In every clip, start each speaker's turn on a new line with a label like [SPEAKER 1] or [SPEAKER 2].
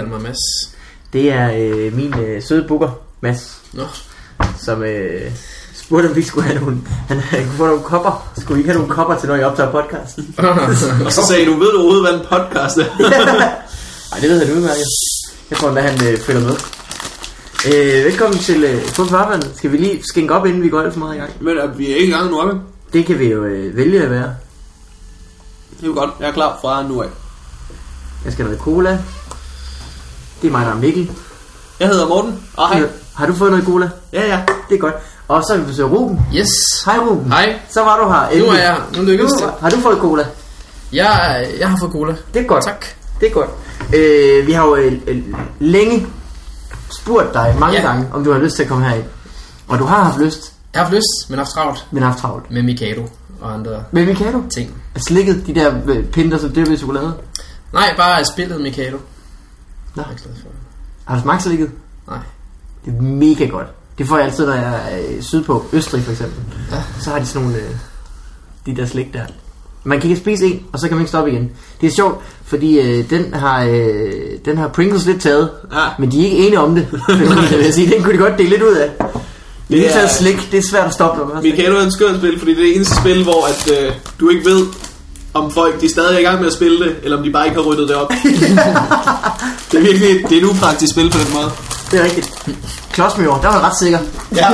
[SPEAKER 1] kalde mig Mads.
[SPEAKER 2] Det er min søde bukker, Mads.
[SPEAKER 1] Nå.
[SPEAKER 2] Som spurgte, om vi skulle have nogle... Han kunne få nogle kopper. Skulle I ikke have nogle kopper til, når I optager podcasten?
[SPEAKER 3] Og så sagde du, ved du overhovedet, hvad en podcast er?
[SPEAKER 2] Ej, det ved han udmærket. Jeg tror, at han følger med. Velkommen til Fodbold. Skal vi lige skænke op, inden vi går alt for meget i gang?
[SPEAKER 3] Men vi er ikke i gang nu, er vi?
[SPEAKER 2] Det kan vi jo vælge at være.
[SPEAKER 3] Det er jo godt. Jeg er klar fra nu af.
[SPEAKER 2] Jeg skal have cola. Det er mig, der er Mikkel.
[SPEAKER 3] Jeg hedder Morten. Og hej.
[SPEAKER 2] Har du fået noget cola?
[SPEAKER 3] Ja.
[SPEAKER 2] Det er godt. Og så har vi besøgt Ruben.
[SPEAKER 1] Yes.
[SPEAKER 2] Hej Ruben.
[SPEAKER 1] Hej.
[SPEAKER 2] Så var du her.
[SPEAKER 1] Nu er jeg. Nu lykkedes det.
[SPEAKER 2] Har du fået cola?
[SPEAKER 1] Jeg har fået cola.
[SPEAKER 2] Det er godt.
[SPEAKER 1] Tak.
[SPEAKER 2] Det er godt. Vi har jo længe spurgt dig mange gange, om du har lyst til at komme herind. Og du har haft lyst.
[SPEAKER 1] Jeg har haft lyst, men haft travlt. Med Mikado og andre ting.
[SPEAKER 2] Slikket de der pinter, som det er chokolade?
[SPEAKER 1] Nej, bare spillet Mikado.
[SPEAKER 2] Nå.
[SPEAKER 1] Jeg er glad for.
[SPEAKER 2] Har du smagt slikket?
[SPEAKER 1] Nej.
[SPEAKER 2] Det er mega godt. Det får jeg altid, når jeg er sydpå. Østrig for eksempel. Ja. Så har de sådan nogle de der slik der. Man kan ikke spise en, og så kan man ikke stoppe igen. Det er sjovt, fordi den har Pringles lidt taget, men de er ikke enige om det. Vil jeg sige. Den kunne de godt dele lidt ud af. Det er taget slik, det er svært at stoppe.
[SPEAKER 3] Mikado er en skøn spil, fordi det er det eneste spil, hvor at, du ikke ved, om folk de stadig er i gang med at spille det, eller om de bare ikke har ryddet det op. Det er virkelig det er et upraktisk spil på den måde.
[SPEAKER 2] Det er rigtigt. Klodsmøver, der var jeg ret sikker.
[SPEAKER 3] Ja.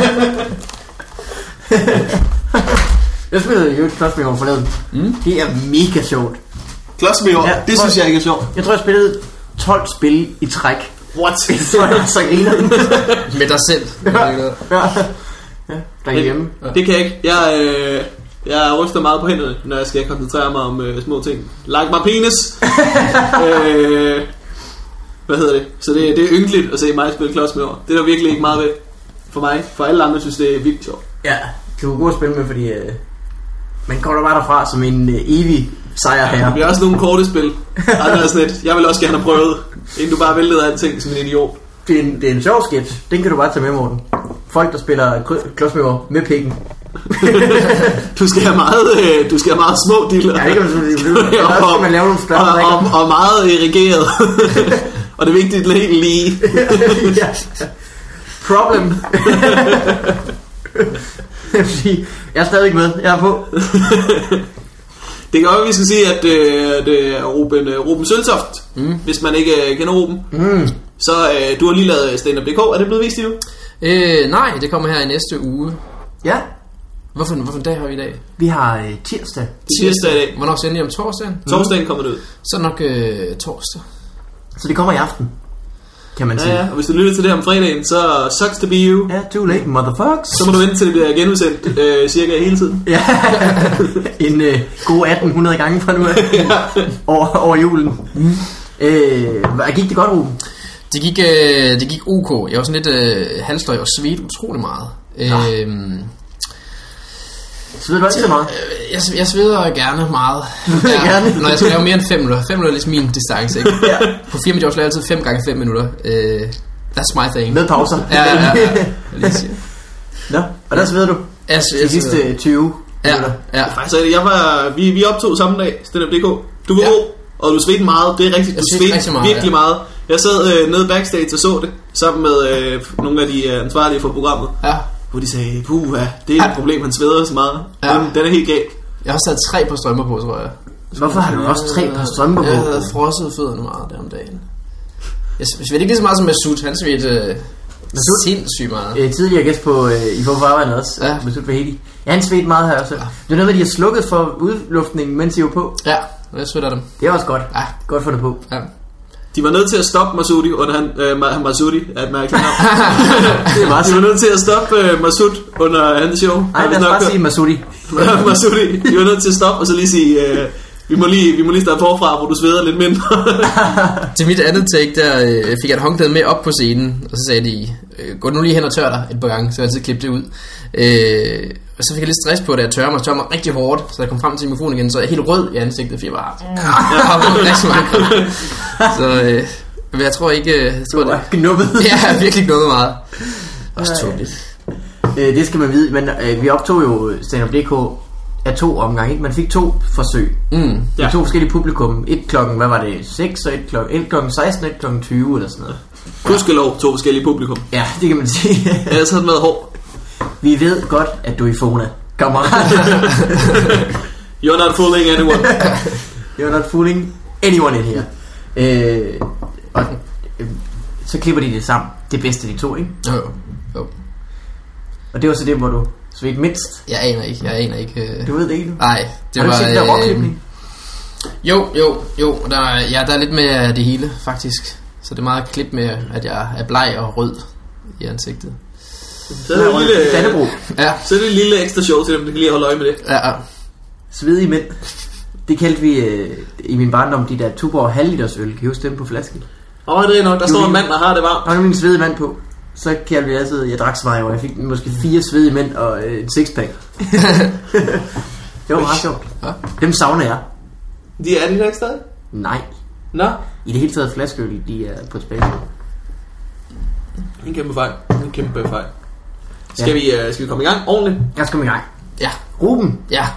[SPEAKER 2] Jeg spillede jo Klodsmøver forleden. Det er mega sjovt.
[SPEAKER 3] Klodsmøver, det synes jeg ikke er sjovt.
[SPEAKER 2] Jeg tror jeg spillede 12 spil i træk.
[SPEAKER 3] What?
[SPEAKER 2] Så er jeg så griner.
[SPEAKER 1] Med dig selv.
[SPEAKER 2] Ja, derhjemme.
[SPEAKER 3] Det kan jeg ikke. Jeg ryster meget på hænderne, når jeg skal koncentrere mig om små ting. Like my penis. Hvad hedder det? Så det er ynkeligt at se mig spille klodsmøver. Det er der virkelig ikke meget ved for mig. For alle andre synes det er vildt sjovt.
[SPEAKER 2] Ja, det var god at spille med, fordi man kommer bare derfra som en evig sejr her.
[SPEAKER 3] Det bliver også nogle korte spil. Jeg vil også gerne have prøvet, inden du bare væltede alting som en idiot.
[SPEAKER 2] Det er en sjov sketch. Den kan du bare tage med, Morten. Folk, der spiller klodsmøver med pikken.
[SPEAKER 3] Du skal have meget små diller.
[SPEAKER 2] Ja, det kan man selvfølgelig. Og skal man lave nogle større
[SPEAKER 3] og meget irrigeret. Og det er vigtigt helt lige.
[SPEAKER 2] Ja. Problem. Jeg er stadig med. Jeg er på.
[SPEAKER 3] Det kan også, vi skal sige, at det er Ruben Søltoft. Hvis man ikke kender Ruben. Så du har lige lavet stand-up.dk. Er det blevet vist endnu?
[SPEAKER 1] Nej, det kommer her i næste uge.
[SPEAKER 2] Ja.
[SPEAKER 1] Hvorfor dag har vi i dag?
[SPEAKER 2] Vi har tirsdag
[SPEAKER 3] i dag.
[SPEAKER 1] Hvornår sender I om torsdagen?
[SPEAKER 3] Torsdagen kommer det ud.
[SPEAKER 1] Så nok torsdag.
[SPEAKER 2] Så det kommer i aften, kan man sige.
[SPEAKER 3] Ja, og hvis du lytter til det om fredagen, så sucks to be you.
[SPEAKER 2] Ja, too late, motherfuckers.
[SPEAKER 3] Så må du vente til det bliver genudsendt cirka hele tiden.
[SPEAKER 2] Ja, en god 1800 gange fra nu af. over julen. Gik det godt, Ruben?
[SPEAKER 1] Det gik ok. Jeg var sådan lidt halvstøj og svedte utrolig meget.
[SPEAKER 2] Sveder du altid meget?
[SPEAKER 1] Jeg sveder gerne meget.
[SPEAKER 2] Gerne.
[SPEAKER 1] Når jeg skal lave mere end 5 minutter. 5 minutter er ligesom min distance, ikke? Ja. På 4 minutter, jeg laver altid 5 gange 5 minutter. That's my thing.
[SPEAKER 2] Med pauser.
[SPEAKER 1] Ja.
[SPEAKER 2] Nå, og der sveder du? De sidste 20 minutter.
[SPEAKER 3] Ja. Faktisk, vi optog samme dag, stand-up.dk. Du var god, og du svedte meget. Det er rigtigt, du svedte virkelig meget. Jeg sad nede backstage og så det, sammen med nogle af de ansvarlige for programmet.
[SPEAKER 1] Ja.
[SPEAKER 3] Hvor de sagde, det er et problem, han sveder så meget. Den er helt galt.
[SPEAKER 1] Jeg har sat 3 par strømper på, tror jeg.
[SPEAKER 2] Hvorfor har du også 3 par strømper på?
[SPEAKER 1] Jeg havde frosset fødderne meget der om dagen. Jeg svedte ikke lige så meget som Masud. Han svedte sindssygt meget.
[SPEAKER 2] Tidligere gæst på i Forfarvandet også. Ja. Masud Vahedi. Ja, han svedte meget her også. Ja. Det er noget med, de har slukket for udluftningen, mens de var på.
[SPEAKER 1] Ja, jeg sveder dem.
[SPEAKER 2] Det er også godt. Ja. Godt for det på.
[SPEAKER 1] Ja.
[SPEAKER 3] De var nødt til at stoppe Masudi under Masudi er et mærkeligt navn.
[SPEAKER 2] Det var
[SPEAKER 3] de var nødt til at stoppe Masud under hans show.
[SPEAKER 2] Nej, lad os bare sige Masudi.
[SPEAKER 3] Masudi. De var nødt til at stoppe og så lige sige vi må lige starte forfra, hvor du sveder lidt mindre.
[SPEAKER 1] Til mit andet take der fik jeg et håndklæde med op på scenen, og så sagde de gå nu lige hen og tør dig et par gange, så jeg altid klippe det ud. Og så fik jeg lidt stress på det, jeg tørrer mig rigtig hårdt, så jeg kom frem til mikrofonen igen, så jeg er helt rød i ansigtet, fordi jeg bare rigtig mange. Så jeg tror ikke...
[SPEAKER 2] Du var knuppet.
[SPEAKER 1] Ja, jeg har virkelig knuppet meget. Også tåbeligt.
[SPEAKER 2] Det skal man vide, men vi optog jo stand-up.dk af 2 omgange, ikke? Man fik 2 forsøg.
[SPEAKER 3] Ja.
[SPEAKER 2] 2 forskellige publikum. Et klokken, hvad var det, 6, og et klokken 16, og et klokken 20 eller sådan noget.
[SPEAKER 3] Gudskelov 2 forskellige publikum.
[SPEAKER 2] Ja, det kan man sige.
[SPEAKER 3] Ellers havde den været hård.
[SPEAKER 2] Vi ved godt, at du er i Fona, kammerat.
[SPEAKER 3] You're not fooling anyone.
[SPEAKER 2] You're not fooling anyone in here. Så klipper de det sammen. Det bedste af de 2, ikke?
[SPEAKER 1] Jo.
[SPEAKER 2] Og det var så det, hvor du svedte mindst.
[SPEAKER 1] Jeg aner ikke.
[SPEAKER 2] Du ved det ikke nu?
[SPEAKER 1] Nej, det
[SPEAKER 2] har
[SPEAKER 1] var...
[SPEAKER 2] du set der rockklipning?
[SPEAKER 1] Jo. Der er lidt mere af det hele, faktisk. Så det er meget klip med, at jeg er bleg og rød i ansigtet.
[SPEAKER 3] Så er det en lille
[SPEAKER 2] Dannebro.
[SPEAKER 1] Ja.
[SPEAKER 3] Så er det en lille ekstra show til dem, der kan lige holde øje med det.
[SPEAKER 1] Ja.
[SPEAKER 2] Svedige mænd. Det kaldte vi i min barndom de der Tuborg halvliters øl. Kan I huske dem på flasken?
[SPEAKER 3] Det er nok. Der står en mand, der har det varmt.
[SPEAKER 2] Der var en svedige mand på. Så kaldte vi altid, jeg drak så meget, og jeg fik måske 4 svedige mænd og en sixpack. Det var meget sjovt.
[SPEAKER 1] Ja.
[SPEAKER 2] Dem savner jeg.
[SPEAKER 3] De er de der ikke stadig?
[SPEAKER 2] Nej.
[SPEAKER 3] Nå?
[SPEAKER 2] I det hele taget flaskeøl, de er på tilbage.
[SPEAKER 3] En kæmpe fejl. Skal vi komme i gang ordentligt?
[SPEAKER 2] Lad os komme i gang.
[SPEAKER 1] Ja.
[SPEAKER 2] Ruben.
[SPEAKER 1] Ja.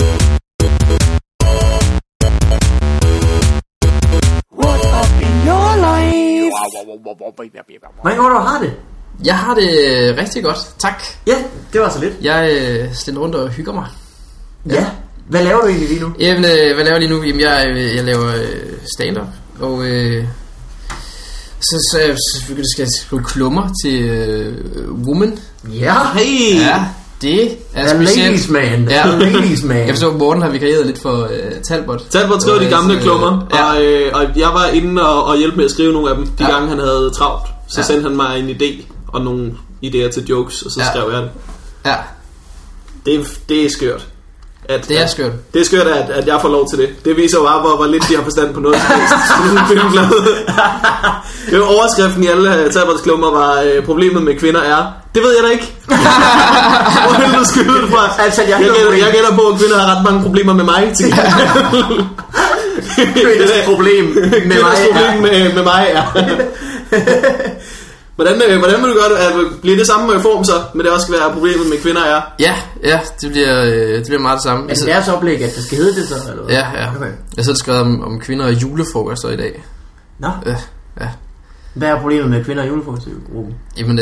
[SPEAKER 2] Hvordan går du har det?
[SPEAKER 1] Jeg har det rigtig godt, tak.
[SPEAKER 2] Ja, det var så lidt.
[SPEAKER 1] Jeg slinder rundt og hygger mig.
[SPEAKER 2] Ja. Hvad laver du egentlig lige nu?
[SPEAKER 1] Jamen, hvad laver jeg lige nu? Jamen, jeg laver stand-up. Og så skal jeg skrive klummer til Woman.
[SPEAKER 2] Ja.
[SPEAKER 3] Hey.
[SPEAKER 1] Ja, det er specielt.
[SPEAKER 2] Ladies man.
[SPEAKER 1] Ja.
[SPEAKER 2] Ladies man.
[SPEAKER 1] Jeg forstår, at Morten har vikarieret lidt for Talbot.
[SPEAKER 3] Talbot skrev de gamle klummer,
[SPEAKER 1] ja.
[SPEAKER 3] og jeg var inde og hjælpe med at skrive nogle af dem, de gange han havde travlt. Så sendte han mig en idé og nogle idéer til jokes, og så skrev jeg det.
[SPEAKER 1] Ja.
[SPEAKER 3] Det er skørt.
[SPEAKER 1] Det er skørt.
[SPEAKER 3] Det er skørt, at jeg får lov til det. Det viser jo bare, hvor lidt de har forstand på noget som helst. Det var overskriften i alle Talbots klummer var problemet med kvinder er. Det ved jeg da ikke. Hvor vil du skyde det fra?
[SPEAKER 2] Altså, jeg
[SPEAKER 3] gætter på, at kvinder har ret mange problemer med mig.
[SPEAKER 2] Kvinders problem
[SPEAKER 3] med mig er. Hvordan vil du gøre det? Bliver det samme form så, men det også skal være problemet med kvinder er?
[SPEAKER 1] Ja, det bliver meget det samme.
[SPEAKER 2] Er det deres oplæg, at det skal hedde det så? Eller hvad?
[SPEAKER 1] Ja. Okay. Jeg har skrevet om kvinder og julefrokoster i dag.
[SPEAKER 2] Nå?
[SPEAKER 1] Ja.
[SPEAKER 2] Hvad er problemet med kvinder og julefrokoster i gruppen?
[SPEAKER 1] Jamen,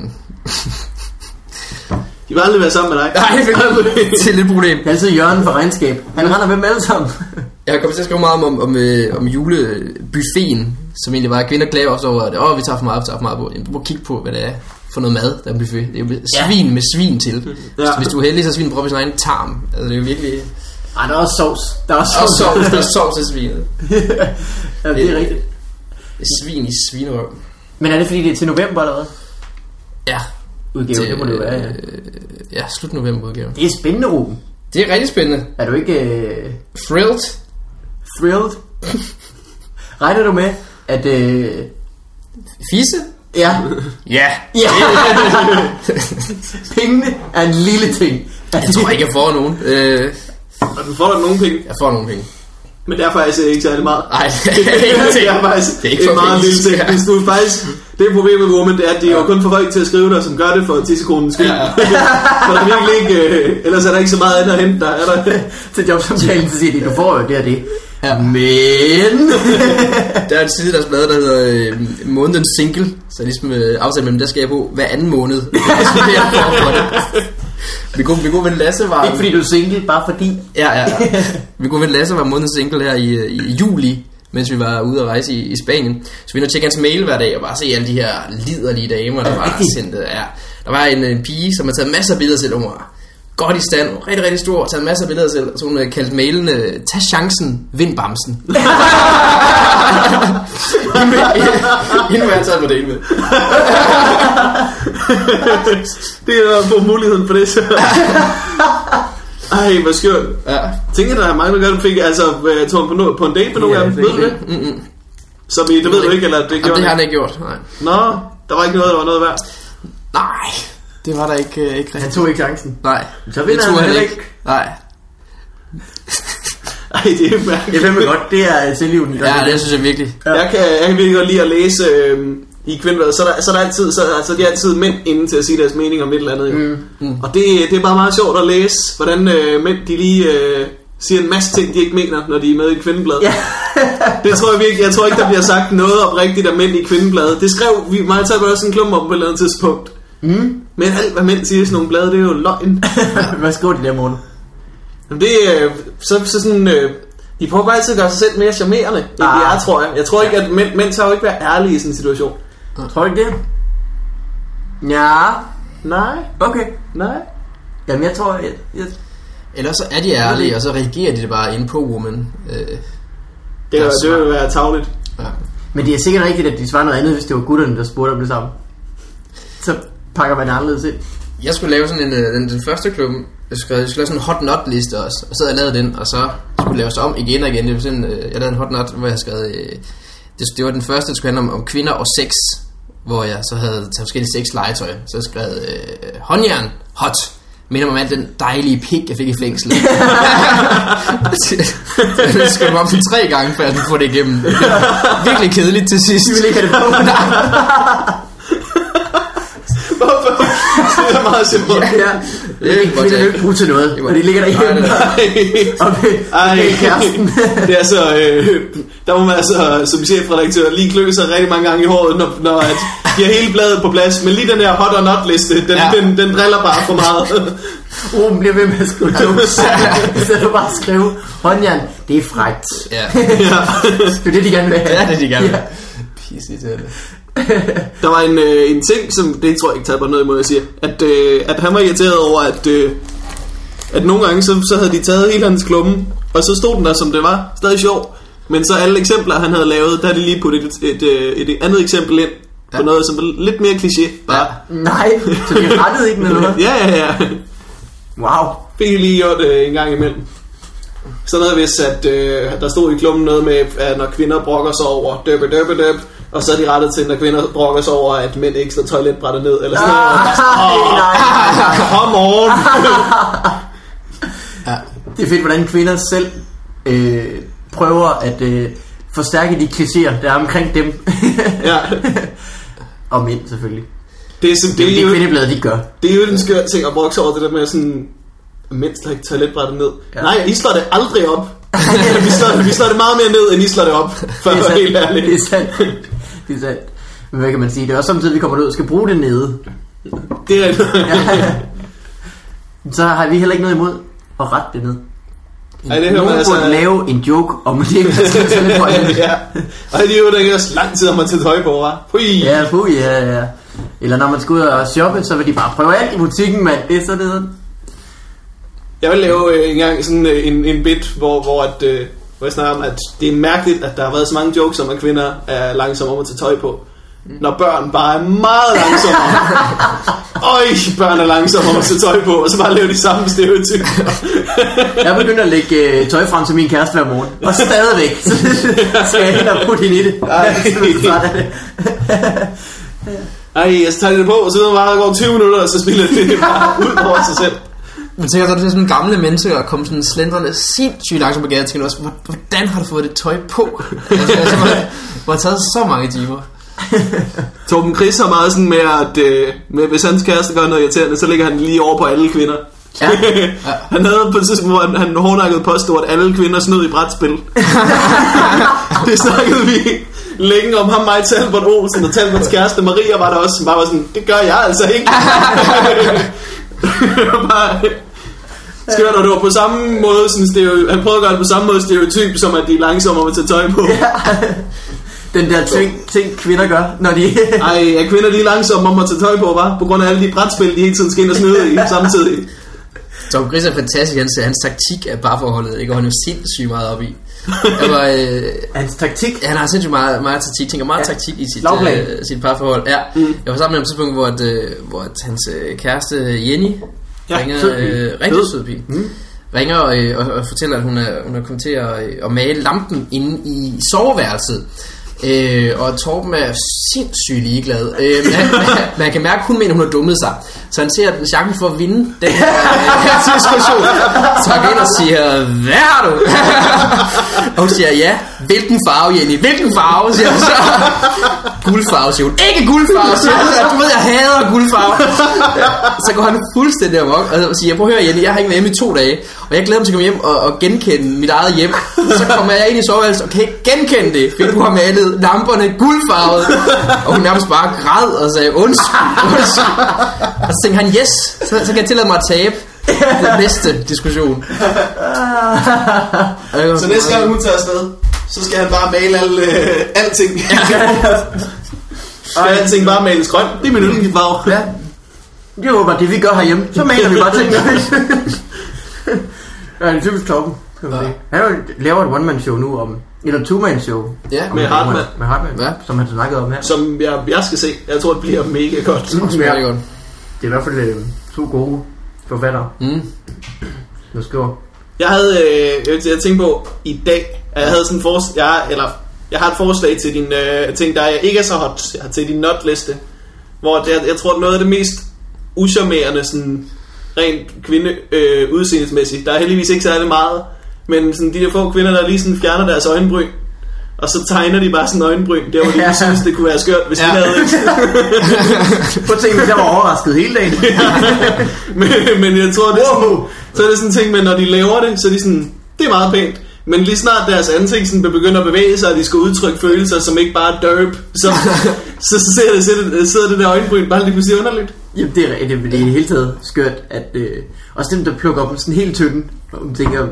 [SPEAKER 3] de vil aldrig være sammen med dig.
[SPEAKER 1] Nej, det er lidt problem.
[SPEAKER 2] Det er altid Jørgen for regnskab. Han render med dem alle sammen.
[SPEAKER 1] Jeg kommer til at skrive meget om julebuffeten, som egentlig var, at kvinder klager også over, at vi tager for meget på. Du må kigge på, hvad det er for noget mad, der er en buffet. Det er jo svin med svin til. Ja. Hvis du er heldig, så er svin prøver sin egen tarm. Altså, det er jo virkelig...
[SPEAKER 2] Ej, der er også sovs. Der
[SPEAKER 1] er sovs til svinet.
[SPEAKER 2] Ja, det er rigtigt.
[SPEAKER 1] Svin i svinerøv.
[SPEAKER 2] Men er det fordi, det er til november eller hvad?
[SPEAKER 1] Ja.
[SPEAKER 2] Udgave, det må det jo være, ja.
[SPEAKER 1] Ja, slut november udgave.
[SPEAKER 2] Det er spændende, Ruben.
[SPEAKER 1] Det er rigtig spændende.
[SPEAKER 2] Er du ikke...
[SPEAKER 1] Thrilled?
[SPEAKER 2] Regner du med, at...
[SPEAKER 1] Fisse?
[SPEAKER 2] Ja.
[SPEAKER 1] Ja.
[SPEAKER 2] Pengene er en lille ting.
[SPEAKER 1] Jeg tror ikke, jeg får nogen.
[SPEAKER 3] Og du får da nogen penge?
[SPEAKER 1] Jeg får nogle penge.
[SPEAKER 3] Men det er faktisk ikke særlig meget.
[SPEAKER 1] Nej,
[SPEAKER 3] det er faktisk en meget lille ting. Hvis du faktisk, det er problemet med Woman, det er, at de jo kun får folk til at skrive dig, som gør det for tissekronens skyld. Ja. For der er virkelig ikke, ellers er der ikke så meget andet at hente der, er der?
[SPEAKER 2] Til jobsamtalen, så siger de, du får jo det og det. Ja. Men
[SPEAKER 1] der er en side, der er bladet, der hedder månedens single. Så ligesom aftalt mellem, der skal jeg på hver anden måned. Vi kunne vel Lasse var...
[SPEAKER 2] Ikke fordi du er single, bare fordi.
[SPEAKER 1] Ja. Vi kunne vel Lasse var månedens single her i juli, mens vi var ude at rejse i Spanien. Så vi nåede at tjekke hans mail hver dag og bare se alle de her liderlige damer, der var sendt. Ja. Der var en pige, som har taget masser af billeder til, hun var godt i stand, rigtig, rigtig stor, taget masser af billeder til, så hun kaldte mailen, tag chancen, vind bamsen. Inden jeg taget på det med.
[SPEAKER 3] Det er på muligheden for det, så. Ej, hvor skørt.
[SPEAKER 1] Ja.
[SPEAKER 3] Tænker der er mange, der godt fik, altså, tog han på en date med nogen af dem, ved du det? Så det ved du ikke, eller det gjorde
[SPEAKER 1] det har han ikke gjort, nej.
[SPEAKER 3] Nå, der var ikke noget, der var noget værd.
[SPEAKER 1] Nej, det var der ikke rigtig.
[SPEAKER 2] Han tog ikke chancen.
[SPEAKER 1] Nej,
[SPEAKER 2] så vinder han heller ikke.
[SPEAKER 1] Nej.
[SPEAKER 3] Ej, det er mærkeligt.
[SPEAKER 2] Det er fandme godt, det er selvliven.
[SPEAKER 1] Ja, det synes jeg virkelig.
[SPEAKER 3] Ja. Jeg kan virkelig godt lide at læse i Kvindebladet, så er der altid, så de er altid mænd inde til at sige deres mening om et eller andet. Og det er bare meget sjovt at læse, hvordan mænd de lige siger en masse ting, de ikke mener, når de er med i Kvindebladet. Yeah. Det tror jeg virkelig. Jeg tror ikke, der bliver sagt noget oprigtigt af mænd i Kvindebladet. Det skrev vi meget taget også en klump om på et eller andet tidspunkt. Men alt hvad mænd siger i sådan nogle blade, det er jo løgn.
[SPEAKER 2] Hvad skriver de der, Morten?
[SPEAKER 3] Det er så sådan... de prøver bare altid at gøre sig selv mere charmerende, end de er, tror jeg. Jeg tror ikke, at mænd tager jo ikke være ærlige i sådan en situation.
[SPEAKER 2] Tror du ikke det? Ja.
[SPEAKER 3] Nej.
[SPEAKER 2] Okay.
[SPEAKER 3] Nej.
[SPEAKER 2] Jamen jeg tror...
[SPEAKER 1] Ellers så er de ærlige, og så reagerer de det bare inde på Woman.
[SPEAKER 3] Det vil være tarveligt.
[SPEAKER 2] Ja. Men det er sikkert rigtigt, at de svarer noget andet, hvis det var gutterne, der spurgte om det samme. Så pakker man anderledes ind.
[SPEAKER 1] Jeg skulle lave sådan den første klub. Jeg skulle lave sådan en hot not liste også. Og så havde jeg lavet den, og så skulle laves om igen og igen. Det var sådan, jeg lavede en hot not, hvor jeg skrev... Det var den første, der skulle handle om kvinder og sex. Hvor jeg så havde taget forskellige sexlegetøj. Så jeg skrev håndjern, hot. Minder mig om alt den dejlige pik, jeg fik i fængslet. Jeg skrev mig om 3 gange, før jeg kunne få det igennem. Det var virkelig kedeligt til sidst.
[SPEAKER 2] Du vil ikke have det på.
[SPEAKER 3] Hvorfor? Det er meget simpelt.
[SPEAKER 2] Ja. Det er jo ikke brugt til noget, og det ligger derhjemme. Okay, kæresten.
[SPEAKER 3] Det er så... der må man altså som chefredaktør lige klø sig rigtig mange gange i håret, når at de har hele bladet på plads. Men lige den her hot or not liste, den driller bare for meget.
[SPEAKER 2] Ruben bliver ved med at skrive jokes. I stedet for bare at skrive håndjern. Det er frækt.
[SPEAKER 1] Ja.
[SPEAKER 2] Det er det, de gerne vil have.
[SPEAKER 1] Det er det, de gerne vil have. Pisse til det.
[SPEAKER 3] Der var en ting, som det tror jeg ikke tager på noget imod at sige, at han var irriteret over, at nogle gange så havde de taget hele hans klumme, og så stod den der, som det var, stadig sjov. Men så alle eksempler, han havde lavet, der havde de lige puttet et andet eksempel ind på noget, som var lidt mere kliché. Bare.
[SPEAKER 2] Ja. Nej, så de rettede ikke med noget.
[SPEAKER 3] Ja.
[SPEAKER 2] Wow.
[SPEAKER 3] Fik lige gjort en gang imellem. Så noget hvis, at der stod i klummen noget med, at når kvinder brokker sig over døb, og så er de rettet til, når kvinder brokker sig over, at mænd ikke slår toiletbrættet ned, eller sådan noget.
[SPEAKER 2] Nej.
[SPEAKER 3] Come on.
[SPEAKER 2] Ja. Det er fedt, hvordan kvinder selv prøver at forstærke de klichéer, der er omkring dem.
[SPEAKER 3] Ja.
[SPEAKER 2] Og mænd selvfølgelig.
[SPEAKER 3] Det er
[SPEAKER 2] Kvindebladet, de gør.
[SPEAKER 3] Det er jo den skøre ting at brokke sig over, det der med sådan, mænd slår ikke toiletbrættet ned. Ja. Nej, I slår det aldrig op. vi slår det meget mere ned, end I slår det op. For det er sandt. Helt ærligt.
[SPEAKER 2] Det er sandt. Det er sandt. Men hvad kan man sige? Det er også samtidig, vi kommer ud og skal bruge det nede.
[SPEAKER 3] Det er rigtigt.
[SPEAKER 2] Ja. Så har vi heller ikke noget imod at rette det ned.
[SPEAKER 3] Ej, det
[SPEAKER 2] nogen altså burde lave en joke om det.
[SPEAKER 3] Ja. Og det er jo ikke også lang tid, om man tager tøj på, hva'? Fui.
[SPEAKER 2] Ja. Eller når man skal ud og shoppe, så vil de bare prøve alt i butikken, mand. Det er så det.
[SPEAKER 3] Jeg vil lave engang sådan en bit, hvor jeg snakker om, at det er mærkeligt, at der har været så mange jokes om, at kvinder er langsomme om at tage tøj på. Når børn bare er meget langsommere. Børn er langsomme om at tage tøj på, og så bare lave de samme stereotyper.
[SPEAKER 2] Jeg begynder at lægge tøj frem til min kæreste hver morgen, og stadigvæk skal jeg hen og putte hende i det.
[SPEAKER 3] Jeg tager det på, og så ved man bare, der går 20 minutter, og så spiller det bare ud over sig selv.
[SPEAKER 1] Man tænker så, at det er sådan gamle mennesker, og kommer sådan slendrende sindssygt langsomt på gaden, og tænker også, hvordan har du fået det tøj på? Altså, hvor har taget så mange timer.
[SPEAKER 3] Torben Chris har meget sådan med hvis hans kæreste gør noget irriterende, så ligger han lige over på alle kvinder. Ja. Han havde på et tidspunkt, hvor han hårdnakket påstod, at alle kvinder snød i brætspil. Det snakkede vi længe om ham, mig, Talbot Olsen, og Talbots kæreste Maria var der også, som bare var sådan, det gør jeg altså ikke. Skørt, og det var på samme måde sådan han prøvede at gøre det på samme måde stereotyp, som at de er langsomme om at tage tøj på.
[SPEAKER 2] Den der ting kvinder gør, når de...
[SPEAKER 3] Ej, kvinder de er langsomme om at tage tøj på, hva'? På grund af alle de brætspil, de hele tiden skal ind og snyde i samtidig.
[SPEAKER 1] Tom Gris er fantastisk, hans taktik af parforholdet, ikke? Og han er jo sindssygt meget op i.
[SPEAKER 2] Hans taktik?
[SPEAKER 1] Han har sindssygt meget taktik, tænker meget taktik i sit parforhold. Ja. Jeg var sammen med ham på et tidspunkt, hvor hans kæreste Jenny ringer, rigtig sød pige, ringer og fortæller, at hun er kommet til at male lampen inde i soveværelset. Og Torben er sindssygt ligeglad. Man kan mærke, at hun mener, hun har dummet sig. Så han ser chancen for at vinde den her diskussion. Så han går ind og siger, hvad har du? Og hun siger, ja, hvilken farve, Jenny? Hvilken farve, siger jeg så. Guldfarve, siger hun. Ikke guldfarve, siger jeg. Du ved, jeg hader guldfarve. Så går han fuldstændig amok og siger, prøv at høre, Jenny, jeg har ikke været hjemme i 2 dage, og jeg glæder mig til at komme hjem og genkende mit eget hjem. Så kommer jeg ind i soveværelset og kan ikke genkende det, fordi du har malet lamperne guldfarvet. Og hun nærmest bare græd og sagde, undskyld. Og så tænkte han, yes, så kan jeg tillade mig at tabe den næste diskussion.
[SPEAKER 3] Så næste gang hun tager afsted, så skal han bare male alting. Skal alting bare males grønt. Det er min yndlingsfarve.
[SPEAKER 2] Ja. Jeg håber, det vi gør herhjemme, så maler vi bare ting. Ja, det er typisk Torben. Han laver et one-man-show nu om, eller two-man-show.
[SPEAKER 3] Ja, med Hartmann.
[SPEAKER 2] Med Hartmann, ja. Som han snakkede om her.
[SPEAKER 3] Som jeg skal se. Jeg tror, det bliver mega godt.
[SPEAKER 1] Det er
[SPEAKER 2] i hvert fald 2 gode forfattere. Nu skriver.
[SPEAKER 3] Jeg tænkte på i dag, at jeg havde sådan jeg har et forslag til din ting, der ikke er så hot, til din notliste, hvor jeg tror, noget af det mest uscharmerende, sådan rent kvinde udseendesmæssigt, der er heldigvis ikke særlig meget, men sådan de der få kvinder, der lige sådan fjerner deres øjenbryn, og så tegner de bare sådan øjenbryn, der hvor de synes, det kunne være skørt, hvis de havde det.
[SPEAKER 2] Prøv at tænke, hvis jeg var overrasket hele dagen.
[SPEAKER 3] men jeg tror, det er sådan, så er det sådan en ting, men når de laver det, så er de sådan, det er meget pænt. Men lige snart deres ansigt sådan begynder at bevæge sig, og de skal udtrykke følelser, som ikke bare er derp, så sidder det der øjenbryn bare lige pludselig underligt.
[SPEAKER 2] Jamen det er det hele taget skørt, at også dem, der plukker op sådan helt tynden, og man tænker,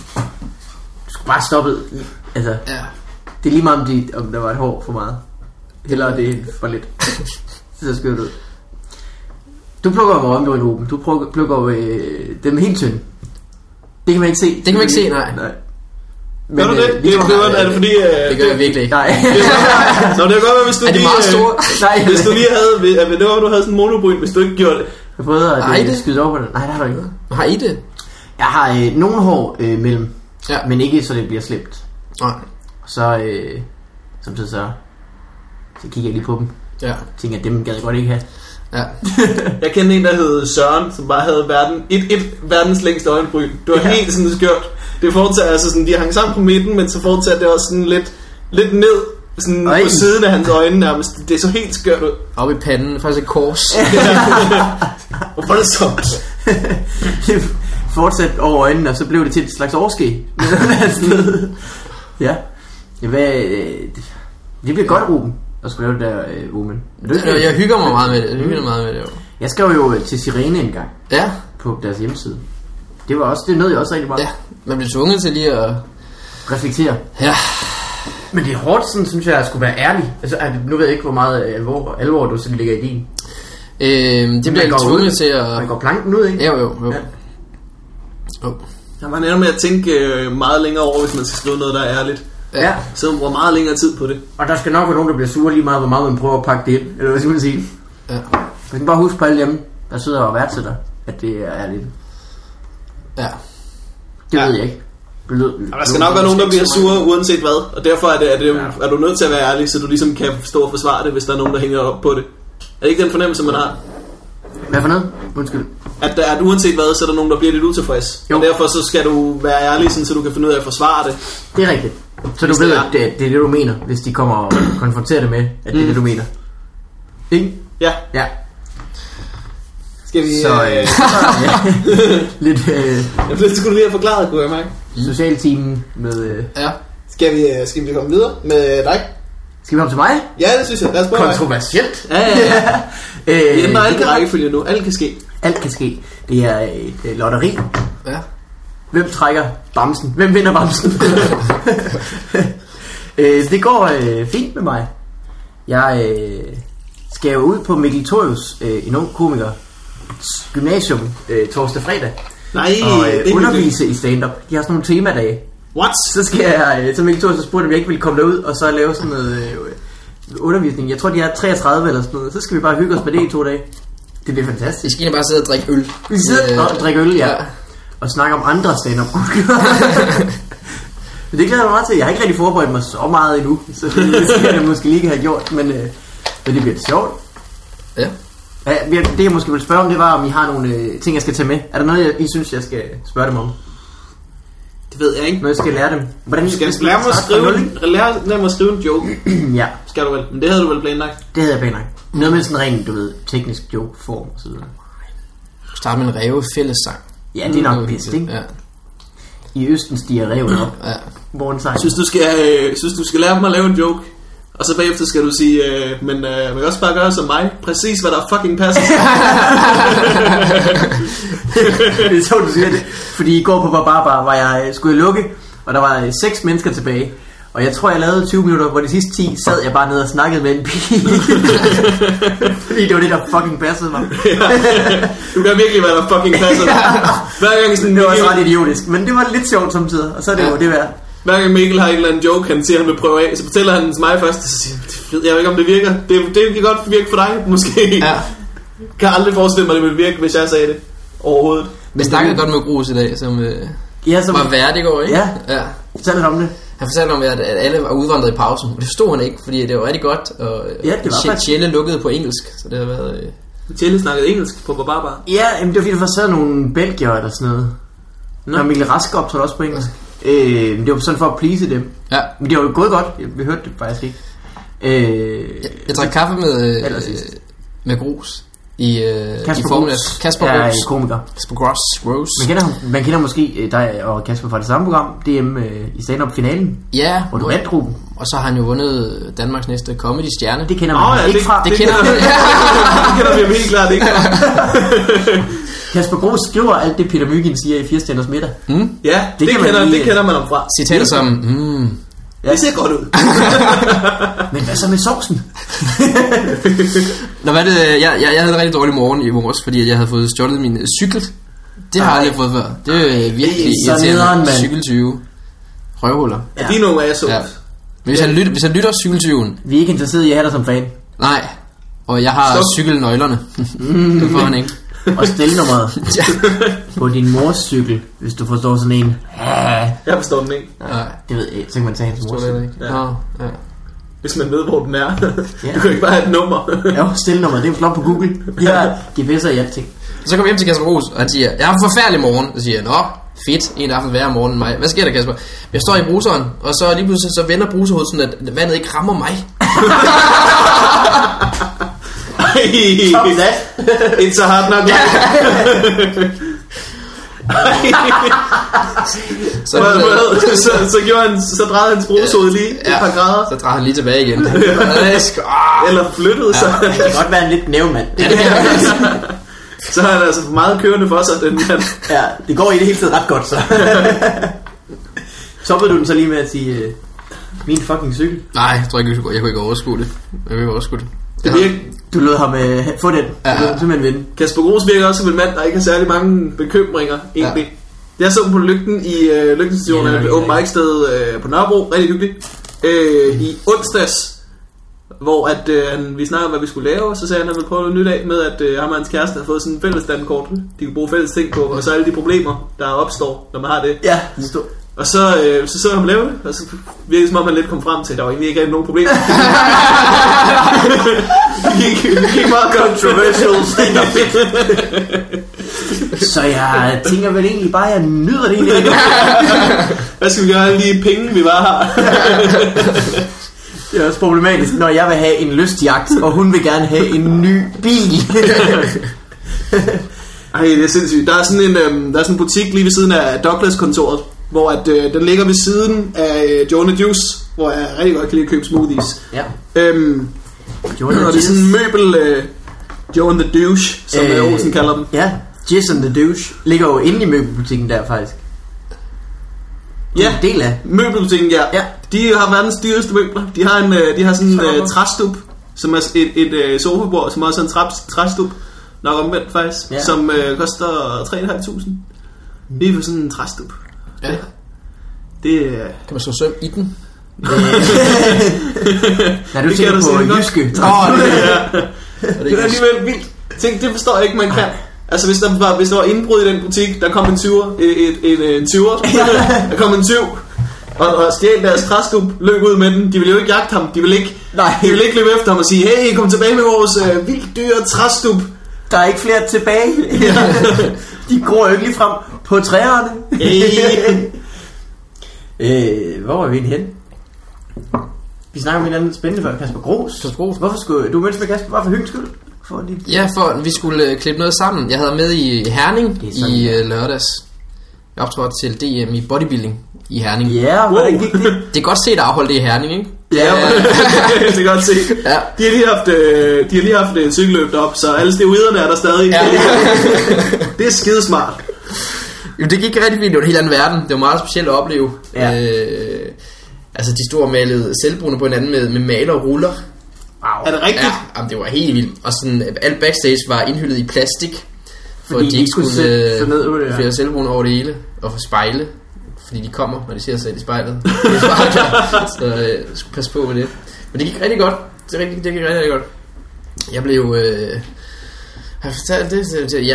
[SPEAKER 2] du skulle bare stoppe. Altså, det er lige meget om der var et hår for meget. Hellere det for lidt. Det ser skørt ud. Du plukker jo øjenbryn, Ruben. Du plukker jo dem helt tynde. Det kan man ikke se.
[SPEAKER 1] Det kan man ikke se, nej.
[SPEAKER 3] Men, gør du det? Er det fordi...
[SPEAKER 1] det gør jeg virkelig ikke.
[SPEAKER 2] Nej.
[SPEAKER 3] Så det kan godt være, hvis du
[SPEAKER 1] lige... Er det meget store?
[SPEAKER 3] Nej. Hvis du lige havde... Det var, du havde sådan en monobryn, hvis du ikke gjorde det.
[SPEAKER 2] Jeg prøvede at skyde over på det. Nej, det har du ikke.
[SPEAKER 1] Har I det?
[SPEAKER 2] Jeg har nogle hår mellem. Ja. Men ikke så det bliver slemt.
[SPEAKER 1] Nej.
[SPEAKER 2] Så... samtidig så kigger jeg lige på dem. Ja. Tænker, dem gad jeg godt ikke have.
[SPEAKER 1] Ja.
[SPEAKER 3] Jeg kendte en, der hed Søren, som bare havde verdens længste øjenbryn. Det var helt sådan skørt. Det fortsætter altså sådan, de hang sammen på midten, men så fortsætter det også sådan lidt ned sådan på siden af hans øjne nærmest. Det så helt skørt ud.
[SPEAKER 1] Oppe i panden, faktisk et kors.
[SPEAKER 3] Og voldsomt.
[SPEAKER 2] Det fortsatte over øjnene, og så blev det til et slags overskæg. Ja. Det bliver godt, Ruben. Og skulle lave det der Woman.
[SPEAKER 1] Jeg hygger mig meget med det.
[SPEAKER 2] Jeg skrev jo til Sirene en gang.
[SPEAKER 1] Ja.
[SPEAKER 2] På deres hjemmeside. Det nød jeg også rigtig meget.
[SPEAKER 1] Ja, man bliver tvunget til lige at
[SPEAKER 2] reflektere.
[SPEAKER 1] Ja.
[SPEAKER 2] Men det er hårdt, sådan, synes jeg, at skulle være ærlig. Altså, nu ved jeg ikke, hvor meget alvor du så ligger i din.
[SPEAKER 1] Det bliver jeg tvunget til at...
[SPEAKER 2] Man går planken ud, ikke?
[SPEAKER 1] Jo.
[SPEAKER 3] Ja. Man ender med at tænke meget længere over, hvis man skal skrive noget, der er ærligt.
[SPEAKER 2] Ja.
[SPEAKER 3] Så man bruger meget længere tid på det.
[SPEAKER 2] Og der skal nok være nogen, der bliver sure lige meget, hvor meget man prøver at pakke det ind. Eller hvad skal man sige? Ja. Man kan bare huske på alle dem, der sidder og værdsætter, at det er ærligt.
[SPEAKER 1] Ja.
[SPEAKER 2] Det ved jeg ikke.
[SPEAKER 3] Der skal nok være nogen, der bliver sure uanset hvad. Og derfor er du nødt til at være ærlig, så du ligesom kan stå og forsvare det, hvis der er nogen, der hænger op på det. Er det ikke den fornemmelse, man har?
[SPEAKER 2] Hvad for noget? Undskyld.
[SPEAKER 3] At uanset hvad, så er der nogen, der bliver lidt utilfreds. Og derfor så skal du være ærlig, sådan, så du kan finde ud af at forsvare det.
[SPEAKER 2] Det er rigtigt. Så du ved, at det er det, du mener, hvis de kommer og konfronterer det med, at det er det, du mener. Ikke?
[SPEAKER 3] Ja. Skal vi...
[SPEAKER 2] Så, lidt...
[SPEAKER 3] det skulle du lige have forklaret, kunne jeg mærke.
[SPEAKER 2] Socialteamen med...
[SPEAKER 3] Ja. Skal vi komme videre med dig?
[SPEAKER 2] Skal vi komme til mig?
[SPEAKER 3] Ja, det synes jeg. Lad os prøve.
[SPEAKER 2] Kontroversielt.
[SPEAKER 3] Ja. Vi ændrer alt i rækkefølge nu. Alt kan ske.
[SPEAKER 2] Alt kan ske. Det er et lotteri.
[SPEAKER 1] Ja.
[SPEAKER 2] Hvem trækker bamsen? Hvem vinder bamsen? Det går fint med mig. Jeg skal jo ud på Mikkel Torius, en ung komiker, gymnasium torsdag fredag.
[SPEAKER 3] Nej,
[SPEAKER 2] og undervise i stand-up. De har sådan nogle temadage.
[SPEAKER 3] What?
[SPEAKER 2] Så skal jeg til Mikkel Torius og spurgte, om jeg ikke ville komme derud og så lave sådan noget undervisning. Jeg tror, de er 33 eller sådan noget. Så skal vi bare hygge os med det i 2 dage. Det bliver fantastisk.
[SPEAKER 1] Vi skal bare sidde og drikke øl.
[SPEAKER 2] Vi sidder og drikke øl, ja. Og snakke om andre stand-up. Men det glæder jeg mig meget til. Jeg har ikke rigtig forberedt mig så meget endnu, så det skal jeg måske lige have gjort, men det bliver sjovt.
[SPEAKER 1] Ja.
[SPEAKER 2] Det jeg måske vil spørge om, det var, om I har nogle ting, jeg skal tage med. Er der noget, I synes, jeg skal spørge dem om?
[SPEAKER 3] Det ved jeg ikke.
[SPEAKER 2] Men jeg skal lære dem.
[SPEAKER 3] Hvordan skal lære mig at skrive en joke?
[SPEAKER 2] Ja.
[SPEAKER 3] Skal du vel? Men det havde du vel planlagt?
[SPEAKER 2] Det havde jeg planlagt. Noget med sådan en ren, du ved, teknisk joke-form og så videre.
[SPEAKER 1] Start med en ræve fællessang.
[SPEAKER 2] Ja, det er nok bedst, ikke? Ja. I Østen stiger reven op.
[SPEAKER 1] Ja.
[SPEAKER 2] Morgensang.
[SPEAKER 3] Synes du skal lære dem at lave en joke? Og så bagefter skal du sige, men man kan også bare gøre som mig. Præcis hvad der fucking passer.
[SPEAKER 2] Det er så du siger det. Fordi i går på Barbar var jeg skulle lukke, og der var 6 mennesker tilbage. Og jeg tror jeg lavede 20 minutter, hvor de sidste 10 sad jeg bare ned og snakkede med en pige. Fordi det var det der fucking passede mig.
[SPEAKER 3] Du gør virkelig hvad der fucking passede mig. Hver gang sådan
[SPEAKER 2] det var også ret idiotisk. Men det var lidt sjovt samtidig. Og så er det jo det værd.
[SPEAKER 3] Hver gang Mikkel har en eller anden joke, han siger, han vil prøve af, så fortæller han til mig først, og så siger han, jeg ved ikke, om det virker. Det kan godt virke for dig, måske. Ja. Kan aldrig forestille mig, at det ville virke, hvis jeg sagde det overhovedet.
[SPEAKER 1] Vi snakkede godt med Grus i dag, som var værd i går, ikke?
[SPEAKER 2] Ja. Fortæl lidt om det.
[SPEAKER 1] Han fortalte om, at alle var udvandret i pausen. Det forstod han ikke, fordi det var rigtig godt. Og Tjelle lukkede på engelsk, så det har været...
[SPEAKER 3] Tjelle snakkede engelsk på Barbar.
[SPEAKER 2] Ja, men det var fordi, der var sad nogle belgier eller sådan noget. Når Mikkel Rask optrådte også på engelsk. Det var sådan for at please dem.
[SPEAKER 1] Ja.
[SPEAKER 2] Men det var jo gået godt. Vi hørte det faktisk ikke.
[SPEAKER 1] Jeg drak kaffe med Grus i formiddags. Kasper Gross.
[SPEAKER 2] Ja, komiker.
[SPEAKER 1] Kasper Gross.
[SPEAKER 2] Man kender måske dig og Kasper fra det samme program, DM i stand-up-finalen.
[SPEAKER 1] Ja.
[SPEAKER 2] Hvor du vandt Ruben.
[SPEAKER 1] Og så har han jo vundet Danmarks næste comedy-stjerne.
[SPEAKER 2] Det kender man ikke fra.
[SPEAKER 1] Det kender
[SPEAKER 3] vi jo helt klart ikke fra.
[SPEAKER 2] Kasper Gross skriver alt det Peter Myggen siger i 4 stjerners middag.
[SPEAKER 3] Ja, det kender man om fra.
[SPEAKER 1] Citater som
[SPEAKER 3] Ja. Det ser godt ud.
[SPEAKER 2] Men hvad så med sovsen?
[SPEAKER 1] Nå, hvad det? Jeg havde en rigtig dårlig morgen i morges, fordi jeg havde fået stjålet min cykel. Det har jeg aldrig fået før. Det er virkelig irriterende. Cykeltyve. Røvhuller.
[SPEAKER 3] Ja, de er nogle af så. Ja.
[SPEAKER 1] Men hvis jeg lytter cykeltyven.
[SPEAKER 2] Vi er ikke interesseret i at have dig som fan.
[SPEAKER 1] Nej. Og jeg har cykelnøglerne. Det får han ikke.
[SPEAKER 2] Og stelnummeret på din mors cykel, hvis du forstår sådan en.
[SPEAKER 3] Jeg forstår den ikke.
[SPEAKER 2] Nej, det ved jeg. Så kan man tage hans mors cykel.
[SPEAKER 3] Ja. Hvis man ved hvor den er. Du kan ikke bare have et nummer.
[SPEAKER 2] Jo, stelnummeret, det er jo flot på Google. De har GPS'er i alting.
[SPEAKER 1] Så kommer jeg hjem til Kasper Ros, og han siger, jeg har en forfærdelig morgen. Så siger jeg, nå, fedt, en aften værre morgen end mig. Hvad sker der, Kasper? Jeg står i bruseren, og så lige pludselig så vender bruserhovedet sådan, at vandet ikke rammer mig.
[SPEAKER 3] It's a hard knock. Så gjorde han, så drejede hans brugshoved lige et par grader.
[SPEAKER 1] Så drejede han lige tilbage igen.
[SPEAKER 3] Eller flyttede sig.
[SPEAKER 2] Det kan godt være en lidt nævmand.
[SPEAKER 3] Så har han altså for meget kørende for sig, den mand.
[SPEAKER 2] Ja, det går i det hele tiden ret godt så. Stoppede du den så lige med at sige min fucking cykel?
[SPEAKER 1] Nej, jeg tror ikke, jeg kunne ikke overskue det.
[SPEAKER 2] Du lød ham få den. Du lød ham simpelthen vinde.
[SPEAKER 3] Kasper Gros virker også som en mand, der ikke har særlig mange bekymringer, egentlig. Jeg så på Lygten i Lygtenstationen ved Open Mic stedet på Nørrebro. Rigtig hyggeligt. I onsdags, hvor vi snakkede om, hvad vi skulle lave, så sagde han, at han ville prøve noget nyt af med, at ham og hans kæreste har fået sådan en fælles standkort, de kunne bruge fælles ting på, og så alle de problemer, der opstår, når man har det.
[SPEAKER 2] Ja, det står.
[SPEAKER 3] Og så han lave det, og så virkede det som om han lidt kom frem til, at der var egentlig ikke nogen problemer. Det gik meget
[SPEAKER 2] controversial stand-up. Så jeg tænker vel egentlig bare, at jeg nyder det egentlig.
[SPEAKER 3] Hvad skal vi gøre alle de penge, vi bare har?
[SPEAKER 2] Det er også problematisk, når jeg vil have en lystjagt, og hun vil gerne have en ny bil.
[SPEAKER 3] Ej, det er sindssygt. Der er sådan en butik lige ved siden af Douglas-kontoret, hvor den ligger ved siden af Joe and the Juice, hvor jeg rigtig godt kan lide at købe smoothies.
[SPEAKER 2] Ja.
[SPEAKER 3] Og det er sådan en møbel, Joe and the Douche, som Olsen kalder dem.
[SPEAKER 2] Ja, Jizz and the Douche ligger jo inde i møbelbutikken der faktisk.
[SPEAKER 3] Ja,
[SPEAKER 2] en del af
[SPEAKER 3] møbelbutikken, ja. De har verdens dyreste møbler. De har sådan en træstup, som er et sofabord, som også er en træstup, nok omvendt faktisk, som koster 3.500. Lige for sådan en træstup.
[SPEAKER 1] Ja.
[SPEAKER 3] Det
[SPEAKER 1] kan man så søm i den?
[SPEAKER 2] Nej, du tænker på jyske.
[SPEAKER 3] Det er alligevel vildt. Tænk, det forstår jeg ikke, man kan. Altså hvis der var indbrud i den butik, der kom en tyver, der kom en tyv og stjal deres træstup, løb ud med den. De ville jo ikke jagte ham. De ville ikke løbe efter ham og sige, hey, kom tilbage med vores vildt dyre træstup.
[SPEAKER 2] Der er ikke flere tilbage. De gror jo ikke lige frem på træerne. Hvor var vi hen? Vi snakker om en eller anden spændende før. Kasper Gros. Hvorfor skulle du mødes med Kasper? Bare for hyggens skyld?
[SPEAKER 1] For vi skulle klippe noget sammen. Jeg havde med i Herning i lørdags. Jeg optrådte til DM i bodybuilding i Herning.
[SPEAKER 2] Ja, hvordan gik det?
[SPEAKER 1] Det er godt set at afholde det i Herning, ikke?
[SPEAKER 3] Ja, det er godt set. Ja. De har lige haft et cykelløb deroppe, så alle steroiderne er der stadig. Ja. Det er skidesmart.
[SPEAKER 1] Jo, det gik rigtig fint. Det var en helt anden verden. Det var meget specielt at opleve. Ja. Altså, de stod og malede selvbrugende på hinanden med maler og ruller.
[SPEAKER 3] Wow. Er det rigtigt?
[SPEAKER 1] Ja, jamen, det var helt vildt. Og sådan, alt backstage var indhyldet i plastik, for de ikke skulle flere selvbrugende over det hele, og få spejle, fordi de kommer, når de ser sig selv i spejlet. Så skulle passe på med det. Men det gik rigtig godt. Det gik rigtig godt. Jeg blev... har jeg fortalt det?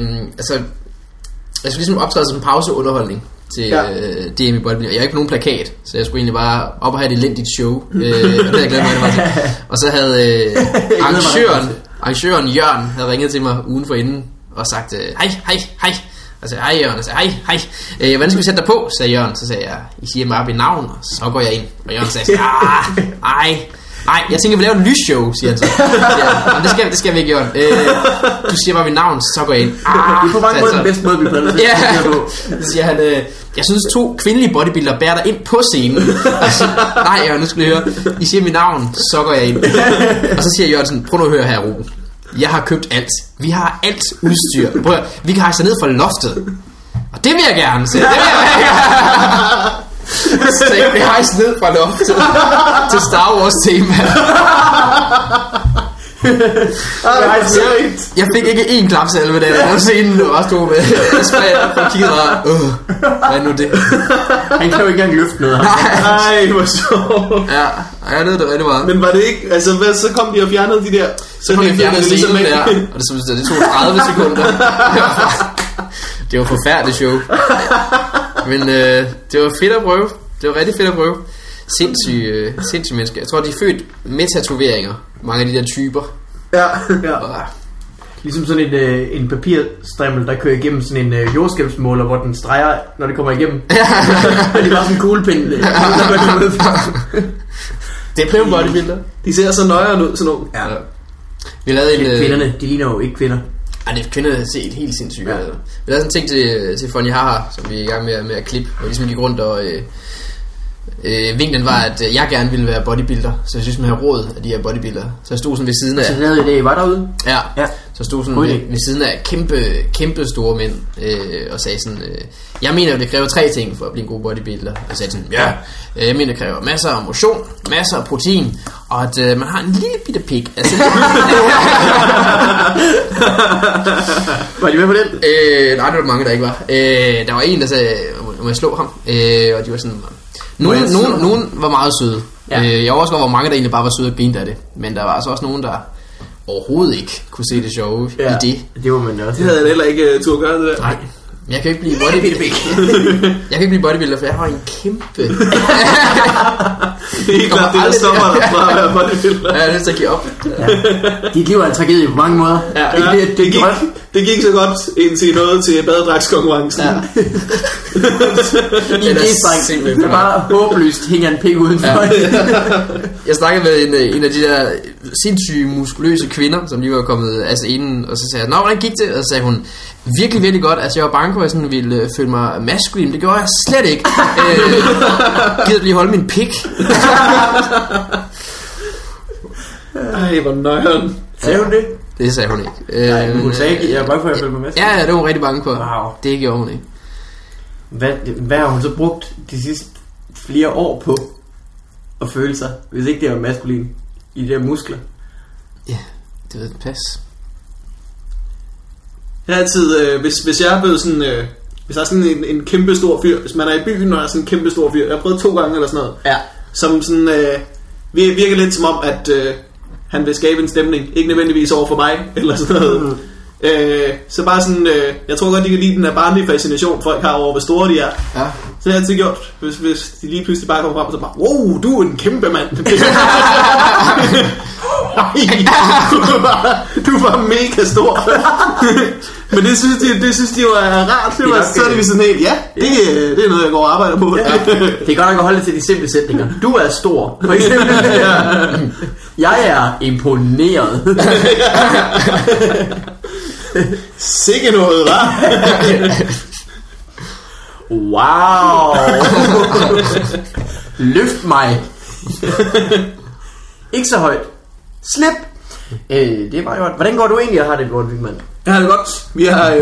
[SPEAKER 1] Jeg skulle ligesom optræde som en pauseunderholdning til DM i bodybuilding. Jeg er ikke på nogen plakat, så jeg skulle egentlig bare op og have et elendigt show. Og det havde jeg glædet mig til. Og så havde arrangøren Jørgen havde ringet til mig ugen forinden og sagt, hej. Og så sagde hej Jørgen, og sagde hej. Hvordan skal vi sætte dig på, sagde Jørgen. Så sagde jeg, I siger mig op i navn, og så går jeg ind. Og Jørgen sagde, nej, jeg tænker, vi laver et lysshow, siger han så. Det skal vi ikke, Jørgen. Du siger bare mit navn, så går jeg ind.
[SPEAKER 2] Det er på mange måder den bedste måde, vi prøver det.
[SPEAKER 1] Ja, så siger han, jeg synes 2 kvindelige bodybuildere bærer dig ind på scenen. Nej, Jørgen, nu skal du høre. I siger mit navn, så går jeg ind. Og så siger Jørgen sådan, prøv nu at høre her, Ruben. Jeg har købt alt. Vi har alt udstyr. Prøv, vi kan hejse ned fra loftet. Og det vil jeg gerne, så det vil jeg gerne. Så jeg blev hejst ned fra loftet til Star Wars tema. Jeg fik ikke én klapsalve der på scenen, og bare stod med spredder og kiggede hvad er nu det?
[SPEAKER 2] Han kan jo ikke engang løfte noget.
[SPEAKER 3] Nej, hvor sjovt.
[SPEAKER 1] Ja, jeg ved det rigtig meget.
[SPEAKER 3] Men var det ikke, altså så kom de og fjernede de der.
[SPEAKER 1] Så kom de og fjernede scenen der, og det tog 30 sekunder. Det var forfærdeligt show. Men det var fedt at prøve. Det var rigtig fedt at prøve. Sindssyge mennesker. Jeg tror, de er født med tatoveringer. Mange af de der typer.
[SPEAKER 3] Ja.
[SPEAKER 2] Ligesom sådan en papirstrimmel, der kører igennem sådan en jordskælvsmåler, hvor den streger, når det kommer igennem. Det er bare sådan en kuglepind.
[SPEAKER 1] Det er prøve bodybuilder.
[SPEAKER 3] De ser så nøjere ud, sådan nogle.
[SPEAKER 1] Ja. Vi lavede
[SPEAKER 2] kvinderne, de ligner jo ikke kvinder.
[SPEAKER 1] Ej, det er kvinder, der ser helt sindssygt. Ja. Vi lavede sådan en ting til Fonny Haha, som vi er i gang med at klippe, hvor ligesom gik rundt og... vinklen var, at jeg gerne ville være bodybuilder, så jeg synes, man har råd af de her bodybuilder. Så jeg stod sådan ved siden af...
[SPEAKER 2] Så lavede det, var derude?
[SPEAKER 1] Ja. Så jeg stod sådan ved siden af kæmpe store mænd, og sagde sådan, jeg mener, det kræver 3 ting for at blive en god bodybuilder. Og jeg sagde sådan, jeg mener, det kræver masser af motion, masser af protein, og at man har en lille bitte pik. Altså,
[SPEAKER 2] var de med på den?
[SPEAKER 1] Nej, det var mange, der ikke var. Der var en, der sagde, må jeg slå ham? Og de var sådan... Nogen var meget søde. Jeg var også godt, hvor mange der egentlig bare var søde og grinte af det. Men der var altså også nogen, der overhovedet ikke kunne se det sjove i det.
[SPEAKER 2] Det var man også.
[SPEAKER 3] Det havde jeg heller ikke tur at gøre det der.
[SPEAKER 1] Nej. Jeg kan ikke blive bodybuilder, for jeg har en kæmpe...
[SPEAKER 3] Det er ikke klart, det der stopper dig fra at være bodybuilder.
[SPEAKER 1] Ja, det er så at give op.
[SPEAKER 2] Dit liv er en tragedie på mange måder.
[SPEAKER 3] Det gik så godt indtil noget til badedragskonkurrencen.
[SPEAKER 2] Ja. Det er bare håbløst hænger en pik udenfor.
[SPEAKER 1] Jeg snakkede med en af de der sindssyge muskuløse kvinder, som lige var kommet af scenen, og så sagde jeg, hvordan gik det? Og så sagde hun, virkelig godt. Altså jeg var bange for, at jeg sådan ville føle mig maskulin. Det gjorde jeg slet ikke. Gider lige holde min pik.
[SPEAKER 3] Ej, hvor nøjeren.
[SPEAKER 2] Sagde hun det?
[SPEAKER 1] Det sagde hun ikke.
[SPEAKER 2] Nej, hun sagde ikke, jeg er bange for, at jeg følte mig maskulin.
[SPEAKER 1] Ja, det var hun rigtig bange for.
[SPEAKER 2] Wow.
[SPEAKER 1] Det gjorde hun ikke.
[SPEAKER 2] Hvad har hun så brugt de sidste flere år på at føle sig, hvis ikke det var maskulin i de der muskler?
[SPEAKER 1] Ja, det ved pas.
[SPEAKER 3] Jeg har altid, hvis jeg er blevet sådan, hvis der er sådan en kæmpe stor fyr, hvis man er i byen, og der er sådan en kæmpe stor fyr, jeg har prøvet 2 gange eller sådan noget, som sådan, virker lidt som om, at han vil skabe en stemning, ikke nødvendigvis over for mig, eller sådan noget. Så bare sådan, jeg tror godt, de kan lide den der barnlige fascination, folk har over, hvor store de er. Ja. Så det har jeg altid gjort, hvis de lige pludselig bare kommer frem, og så bare, wow, du er en kæmpe mand. Du var mega stor. Men det synes de jo er rart. Så er det sådan helt, ja, det er noget, jeg går og arbejder på.
[SPEAKER 2] Ja. Det er godt nok at holde til de simple sætninger. Du er stor, for eksempel. Jeg er imponeret.
[SPEAKER 3] Sikke noget, hva'?
[SPEAKER 2] Wow. Løft mig. Ikke så højt. Slip. Det var godt. Hvordan går du egentlig og har det, Morten Wigman?
[SPEAKER 3] Jeg har det godt. Vi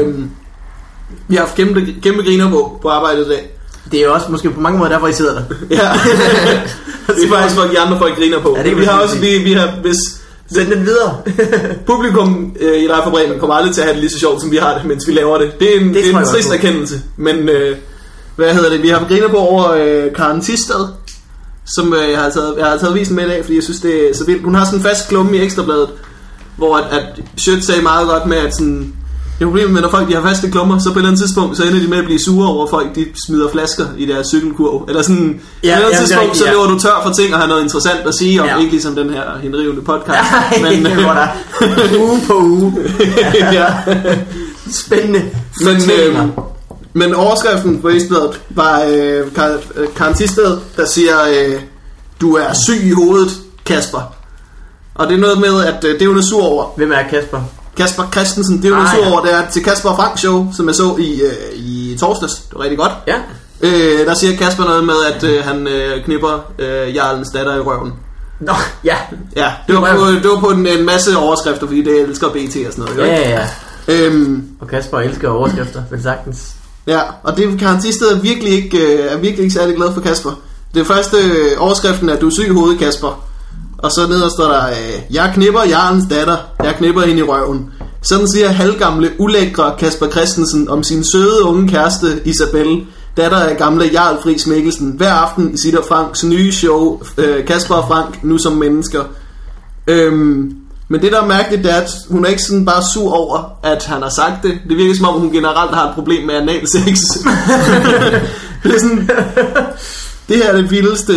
[SPEAKER 3] har haft kæmpe griner på arbejdet i dag.
[SPEAKER 2] Det er jo også måske på mange måder derfor I sidder der.
[SPEAKER 3] Ja. Det er faktisk for at de andre folk griner på. Ja, vi har også vi har hvis
[SPEAKER 2] send den videre.
[SPEAKER 3] Publikum i Live fra Bremen kommer aldrig til at have det lige så sjovt som vi har det, mens vi laver det. Det er en trist erkendelse. Men vi har griner på over Karen Thisted, som jeg har taget visen med i dag, fordi jeg synes det er så vildt. Hun har sådan en fast klumme i Ekstrabladet, hvor at Schødt sagde meget godt med, at sådan, det er problemet med, når folk de har faste klummer, så på et eller andet tidspunkt, så ender de med at blive sure over, folk de smider flasker i deres cykelkurv. Eller sådan, på et eller andet tidspunkt, så løber du tør for ting og har noget interessant at sige om, ikke ligesom den her henrivende podcast.
[SPEAKER 2] Men hvor der uge på uge.
[SPEAKER 3] Ja.
[SPEAKER 2] Spændende.
[SPEAKER 3] Men overskriften på Ekstrabladet var Karen Thisted, der siger, du er syg i hovedet, Kasper. Og det er noget med, at det er hun er sur over.
[SPEAKER 2] Hvem er Kasper?
[SPEAKER 3] Kasper Christensen, det er hun er sur over. Det er til Kasper og Frank show, som jeg så i torsdags. Det var rigtig godt.
[SPEAKER 2] Ja.
[SPEAKER 3] Der siger Kasper noget med, at han knipper Jarlens datter i røven.
[SPEAKER 2] Nå, ja.
[SPEAKER 3] Ja, det var på en masse overskrifter, fordi det elsker BT og sådan noget.
[SPEAKER 2] Ja. Og Kasper elsker overskrifter, vel sagtens.
[SPEAKER 3] Ja, og det kan han sidste er virkelig ikke særlig glad for Kasper. Det første overskriften er, du er syg i hovedet, Kasper. Og så nede står der, jeg knipper Jarlens datter, jeg knipper hende i røven. Sådan siger halvgamle, ulækre Kasper Christensen om sin søde unge kæreste Isabelle, datter af gamle Jarl Friis Mikkelsen, hver aften i sit og Franks nye show, Kasper og Frank, nu som mennesker. Men det der er mærkeligt, det er, at hun er ikke sådan bare sur over, at han har sagt det. Det virker som om, hun generelt har et problem med analsex. Det er sådan, det her er det vildeste.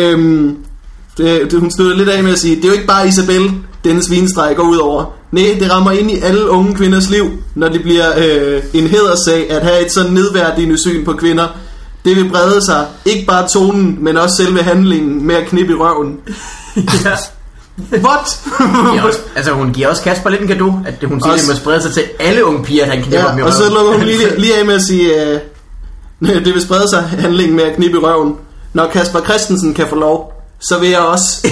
[SPEAKER 3] Hun støtter lidt af med at sige, det er jo ikke bare Isabelle, denne svinestreg går ud over. Nej, det rammer ind i alle unge kvinders liv, når det bliver en hæderssag at have et sådan nedværdigende syn på kvinder. Det vil brede sig, ikke bare tonen, men også selve handlingen med at knippe i røven.
[SPEAKER 2] Ja.
[SPEAKER 3] What?
[SPEAKER 2] Altså hun giver også Kasper lidt en cadeau, at hun siger, at det må sprede sig til alle unge piger, at han knipper dem i røven.
[SPEAKER 3] Og så lukker hun lige af med at sige, det vil sprede sig handlingen med at knippe i røven. Når Kasper Christensen kan få lov, så vil jeg også.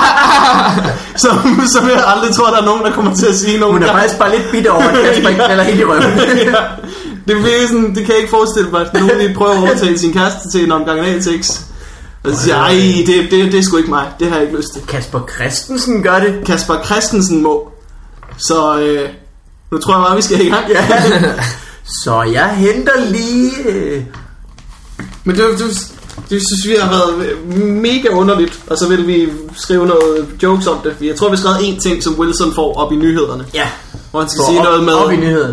[SPEAKER 3] så vil jeg aldrig tro, at der er nogen, der kommer til at sige noget.
[SPEAKER 2] Hun er faktisk bare lidt bitter over, at Kasper ikke falder helt i røven.
[SPEAKER 3] Ja. Det kan jeg ikke forestille mig, at nogen vil prøve at overtale sin kæreste til en omgang analsex. Og så siger ej, det er sgu ikke mig. Det har jeg ikke lyst til.
[SPEAKER 2] Kasper Christensen gør det.
[SPEAKER 3] Kasper Christensen må. Så nu tror jeg bare, vi skal i gang.
[SPEAKER 2] Ja. Så jeg henter lige...
[SPEAKER 3] Men det synes vi har været mega underligt. Og så vil vi skrive noget jokes om det. Jeg tror vi har skrevet én ting, som Wilson får op i nyhederne.
[SPEAKER 2] Ja.
[SPEAKER 3] Hvor han skal sige noget med...
[SPEAKER 2] Op i nyhederne.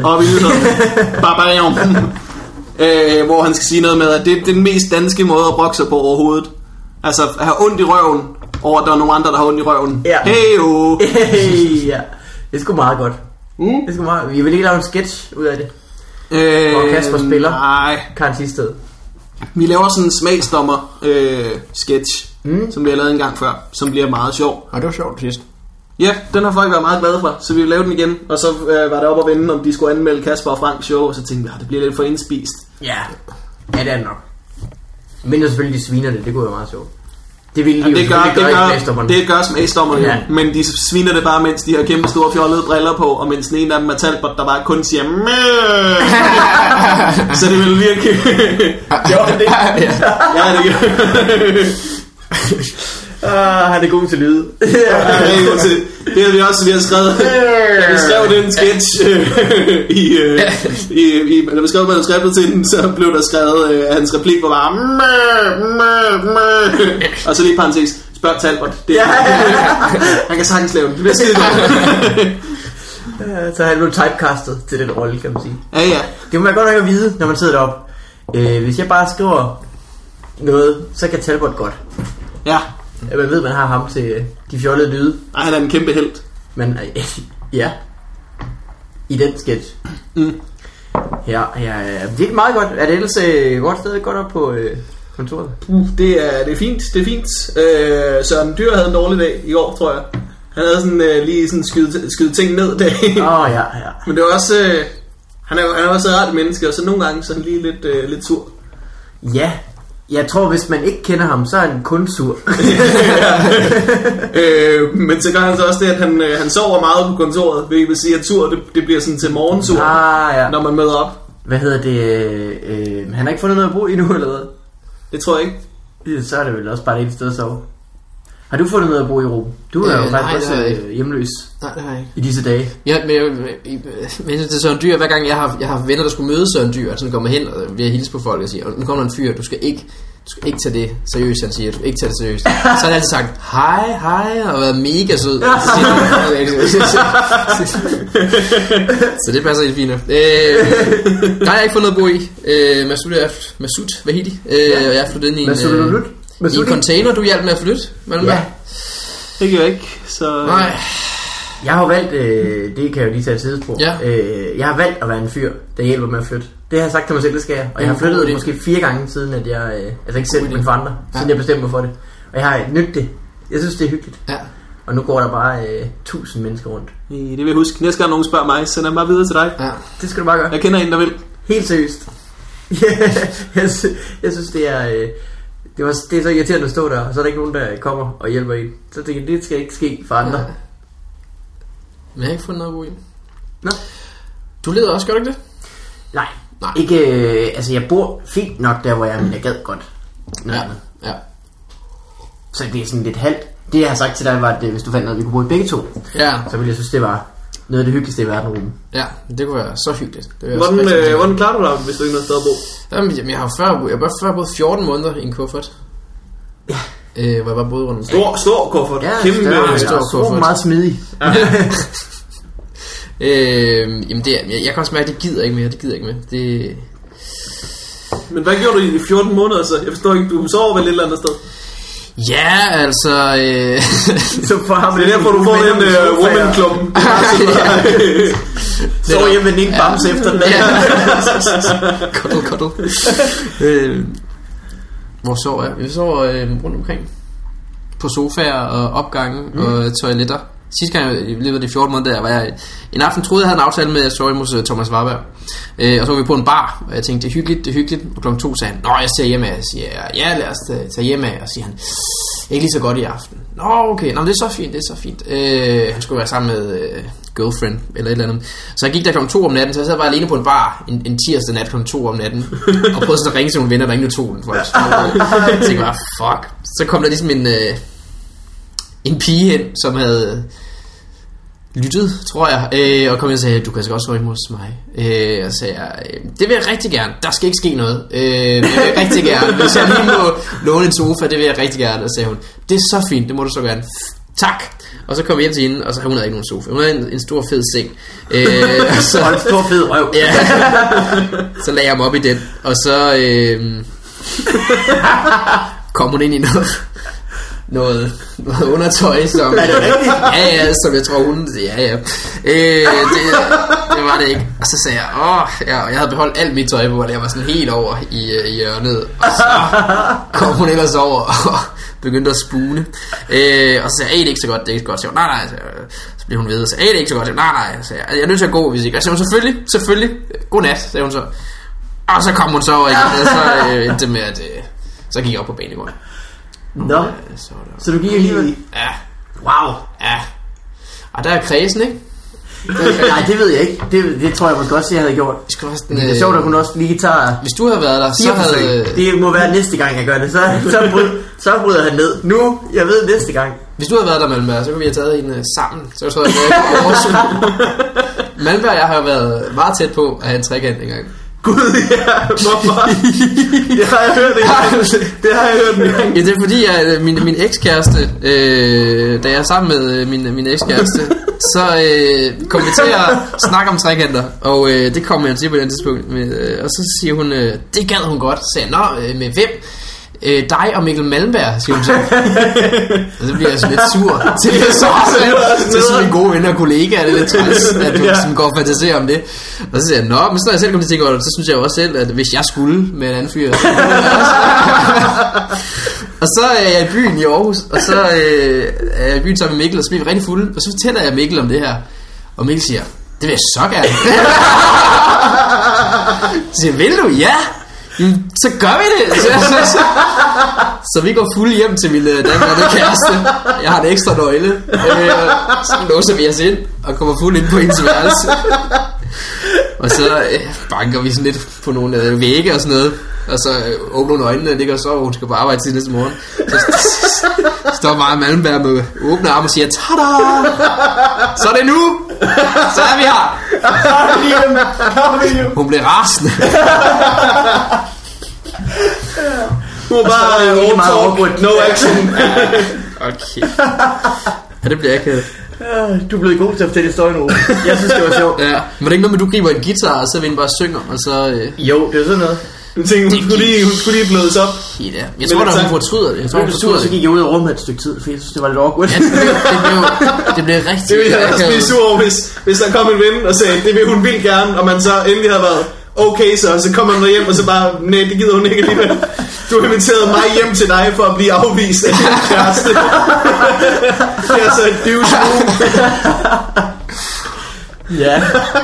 [SPEAKER 3] Hvor han skal sige noget med, at det er den mest danske måde at brokke sig på overhovedet. Altså at have ondt i røven over, at der er nogle andre, der har ondt i røven.
[SPEAKER 2] Ja.
[SPEAKER 3] Hey-o.
[SPEAKER 2] Ja. Det er sgu meget godt. Det er sgu meget. Vi vil ikke lave en sketch ud af det. Hvor Kasper spiller.
[SPEAKER 3] Nej.
[SPEAKER 2] Karen Thisted.
[SPEAKER 3] Vi laver sådan en smagsdommer sketch, som vi har lavet en gang før, som bliver meget sjov.
[SPEAKER 1] Og det var sjovt sidst.
[SPEAKER 3] Ja, den har folk været meget glade for, så vi vil lave den igen. Og så var det op at vende, om de skulle anmelde Kasper og Frank show, og så tænkte vi, det bliver lidt for indspist.
[SPEAKER 2] Ja, det er det nok. Men selvfølgelig de sviner det kunne være meget sjovt. Det ville de
[SPEAKER 3] det gør smagsdommerne jo, men de sviner det bare, mens de har kæmpe store fjollede briller på, og mens den ene af dem er Talbot, der bare kun siger så det vil virke.
[SPEAKER 2] Jo, det
[SPEAKER 3] ja, det gør.
[SPEAKER 2] Han er god til lyde.
[SPEAKER 3] Det har vi også, vi har skrevet. Da vi skrev den sketch da vi skrev manuskriptet til den, så blev der skrevet, at hans replik var bare og så lige parentes, spørg Talbot. Han kan sagtens lave den. Det bliver skide godt.
[SPEAKER 2] Så han blev typecastet til den rolle, kan man sige.
[SPEAKER 3] Ja.
[SPEAKER 2] Det må man godt nok at vide, når man sidder deroppe. Hvis jeg bare skriver noget, så kan Talbot godt.
[SPEAKER 3] Ja.
[SPEAKER 2] at man ved, man har ham til de fjollede lyde.
[SPEAKER 3] Ej, han er en kæmpe helt.
[SPEAKER 2] Men ja, i den sketch. Ja, det er meget godt. Er det ellers godt sted godt op på kontoret?
[SPEAKER 3] Det er fint, det er fint. Søren Dyr havde en dårlig dag i går, tror jeg. Han havde sådan lige sådan skyde ting ned dag.
[SPEAKER 2] Ja.
[SPEAKER 3] Men det var også han er også et rart menneske, og så nogle gange så er han lige lidt sur.
[SPEAKER 2] Ja. Jeg tror, hvis man ikke kender ham, så er han kun sur.
[SPEAKER 3] Men så gør han så også det, at han sover meget på kontoret, hvilket vil sige, at sur det bliver sådan til morgensur, når man møder op.
[SPEAKER 2] Hvad hedder det? Han har ikke fundet noget at bruge endnu, eller hvad?
[SPEAKER 3] Det tror jeg ikke.
[SPEAKER 2] Så er det vel også bare et sted at sove. Har du fundet noget at bruge i Ruben? Du er jo faktisk også hjemløs.
[SPEAKER 1] Nej, det har jeg ikke.
[SPEAKER 2] I disse dage.
[SPEAKER 1] Ja, men det er Søren Dyr, hver gang jeg har venner, der skulle møde Søren Dyr, sådan kommer hen og vil hilse på folk og siger, nu kommer der en fyr, du skal ikke tage det seriøst, han siger, du skal ikke tage det seriøst. Så har han altid sagt, hej, og været mega sød. Så det passer helt fint. Der har jeg ikke fået noget at bo i. Masud Vahidi, og jeg er flyttet ind i en container, du hjalp med at flytte.
[SPEAKER 2] Ja.
[SPEAKER 3] Det gør jeg ikke, så...
[SPEAKER 2] Nej. Jeg har valgt, det kan jeg jo lige tage et sidespor.
[SPEAKER 1] Ja.
[SPEAKER 2] Jeg har valgt at være en fyr, der hjælper med at flytte. Det har jeg sagt til mig selv, det skal jeg. Og jeg har flyttet måske 4 gange siden, at jeg... altså ikke selv, men for andre. Siden jeg bestemte mig for det. Og jeg har nydt det. Jeg synes, det er hyggeligt.
[SPEAKER 1] Ja. Og
[SPEAKER 2] nu går der bare 1000 mennesker rundt.
[SPEAKER 3] Det vil jeg huske. Næste gang nogen spørger mig, sender jeg bare videre til dig.
[SPEAKER 2] Ja. Det skal du bare gøre.
[SPEAKER 3] Jeg kender en, der vil.
[SPEAKER 2] Helt seriøst. Jeg synes, det er... Det er så irriterende at stå der, og så er der ikke nogen, der kommer og hjælper en. Så tænker jeg, det skal ikke ske for andre. Ja.
[SPEAKER 1] Men jeg har ikke fundet noget at bo i.
[SPEAKER 2] Nå.
[SPEAKER 1] Du leder også, gør du ikke det?
[SPEAKER 2] Nej. Ikke, altså jeg bor fint nok der, hvor jeg er, men jeg gad godt.
[SPEAKER 1] Ja.
[SPEAKER 2] Så det er sådan lidt halvt. Det jeg har sagt til dig var, at hvis du fandt noget, vi kunne bo i begge to, så ville jeg synes, det var noget af det hyggeligste i verden. Ruben.
[SPEAKER 1] Ja, det kunne være så hyggeligt.
[SPEAKER 3] Hvordan klarer du dig, hvis du ikke har noget sted at bo?
[SPEAKER 1] Jamen, jeg har før boet 14 måneder i en kuffert.
[SPEAKER 2] Ja.
[SPEAKER 1] Hvor jeg bare boede rundt omkring.
[SPEAKER 3] Stor kuffert.
[SPEAKER 2] Ja,
[SPEAKER 3] kæmpe
[SPEAKER 2] stor kuffert. Meget smidig.
[SPEAKER 1] Ja. Jamen jeg kan også mærke, at det gider ikke mere.
[SPEAKER 3] Men hvad gjorde du i de 14 måneder så? Jeg forstår ikke, du sover vel et eller andet sted?
[SPEAKER 1] Ja, altså...
[SPEAKER 3] Så for ham, det er derfor, du får den woman-klumpen.
[SPEAKER 2] Så hjemme med en bamse efter den.
[SPEAKER 1] Cuddle. Hvor sover jeg? Jeg sover rundt omkring. På sofaer og opgangen og toiletter. Sidste gang jeg levede de 14 måneder der, var jeg en aften troede jeg havde en aftale med Story hos Thomas Warberg. Og så var vi på en bar, og jeg tænkte, det er hyggeligt. Og klokken 2 sagde han, jeg tager hjem af. Jeg siger, ja, lad os tage hjem af. Og siger han, ikke lige så godt i aften. Okay, det er så fint. Han skulle være sammen med girlfriend eller et eller andet. Så jeg gik der klokken 2 om natten, så jeg sad bare alene på en bar en tirsdag nat klokken 2 om natten. Og prøvede sådan at ringe til nogle venner, der ringede 2. Jeg tænkte bare, fuck. Så kom der ligesom en pige hen, som havde lyttet, tror jeg, og kom og sagde, du kan altså godt sove hjemme hos mig. Og sagde jeg, det vil jeg rigtig gerne. Der skal ikke ske noget. Det vil jeg rigtig gerne. Hvis jeg lige må låne en sofa, det vil jeg rigtig gerne. Og sagde hun, det er så fint, det må du så gerne. Tak. Og så kom jeg hjem til hende, og så havde hun ikke nogen sofa. Hun havde en stor fed seng.
[SPEAKER 2] Og en stor fed røv.
[SPEAKER 1] Ja. Så lagde jeg mig op i den, og så kom hun ind i noget undertøj, som...
[SPEAKER 2] Er det rigtigt?
[SPEAKER 1] Ja, som jeg tror hun... Ja. Det var det ikke. Og så sagde jeg, og jeg havde beholdt alt mit tøj på, og jeg var sådan helt over i hjørnet. Og så kom hun ellers over og begyndte at spune. Og så sagde jeg, det er ikke så godt, det er ikke så godt. Så jeg, nej. Så blev hun ved og sagde, det er ikke så godt. Nej. Så jeg er nødt til at gå, hvis ikke. Og så sagde hun, selvfølgelig. Godnat, sagde hun så. Og så kom hun så over igen, og så endte med, at så gik jeg op på banegården.
[SPEAKER 2] Nå, så du gik alligevel?
[SPEAKER 1] Ja.
[SPEAKER 2] Wow.
[SPEAKER 1] Ja. Og der er kredsen, ikke?
[SPEAKER 2] Nej, det ved jeg ikke. Det tror jeg måske også, jeg havde gjort. Det er sjovt, at hun også lige tager...
[SPEAKER 1] Hvis du havde været der, så havde...
[SPEAKER 2] Det må være næste gang, jeg gør det. Så bryder han ned. Nu, jeg ved næste gang.
[SPEAKER 1] Hvis du havde været der, Malmberg, så kunne vi have taget en sammen. Så tror jeg, at Malmberg og jeg har jo været meget tæt på at have en trekant engang.
[SPEAKER 3] Gud, ja, hvorfor? Det har jeg hørt en gang.
[SPEAKER 1] Ja, det er fordi, at min ekskæreste, da jeg er sammen med min ekskæreste, så kom vi til at snakke om trekanter, og det kom jeg til på den tidspunkt. Og så siger hun, det gad hun godt. Så sagde jeg, med hvem? dig og Mikkel Malmberg, siger hun så. Og så bliver jeg så lidt sur til så mine gode venner og kollegaer. Det er lidt træls, at du sådan går og fantaserer om det. Og så siger jeg, men så når jeg selv kommer til at tænke over det, så synes jeg jo også selv, at hvis jeg skulle med en anden fyr. Og så er jeg i byen i Aarhus, og så er jeg i byen sammen med Mikkel, og så bliver vi rigtig fulde. Og så fortæller jeg Mikkel om det her. Og Mikkel siger, det vil jeg så gerne. Så siger, vil du? Ja. Jamen, så gør vi det. Så vi går fulde hjem til min daværende kæreste. Jeg har en ekstra nøgle. Så låser vi os ind og kommer fuldt ind på hendes værelse. Og så banker vi sådan lidt på nogle vægge og sådan noget. Og så åbner hun øjnene og ligger og sover. Hun skal på arbejde til næste morgen. Så står Maja Malmberg med åbne arme og siger, tada! Så er det nu! Så er vi her! Hun blev rasende.
[SPEAKER 3] Hun var bare
[SPEAKER 2] ikke meget overbrudt.
[SPEAKER 3] No action.
[SPEAKER 1] Okay. Ja, det bliver jeg ked.
[SPEAKER 2] Du er blevet god til at fortælle historien nu. Jeg synes det var sjovt.
[SPEAKER 1] Ja. Men det er ikke noget med, du griber en guitar, og så vil bare synger, og så...
[SPEAKER 2] Jo, det er sådan noget.
[SPEAKER 3] Du tænkte, hun skulle lige blødes op.
[SPEAKER 1] Ja, jeg tror, hun fortryder det.
[SPEAKER 2] Så gik jeg ud af rummet et stykke tid, for jeg synes, det var lidt awkward.
[SPEAKER 1] Ja, det blev rigtig...
[SPEAKER 3] Det ville jeg også blive sur over, hvis der kom en ven og sagde, det vil hun vildt gerne, og man så endelig havde været, okay, så kommer man hjem, og så bare, nej, det gider hun ikke alligevel. Du har inviteret mig hjem til dig for at blive afvist af din kæreste. Det er så et douche move.
[SPEAKER 2] Ja.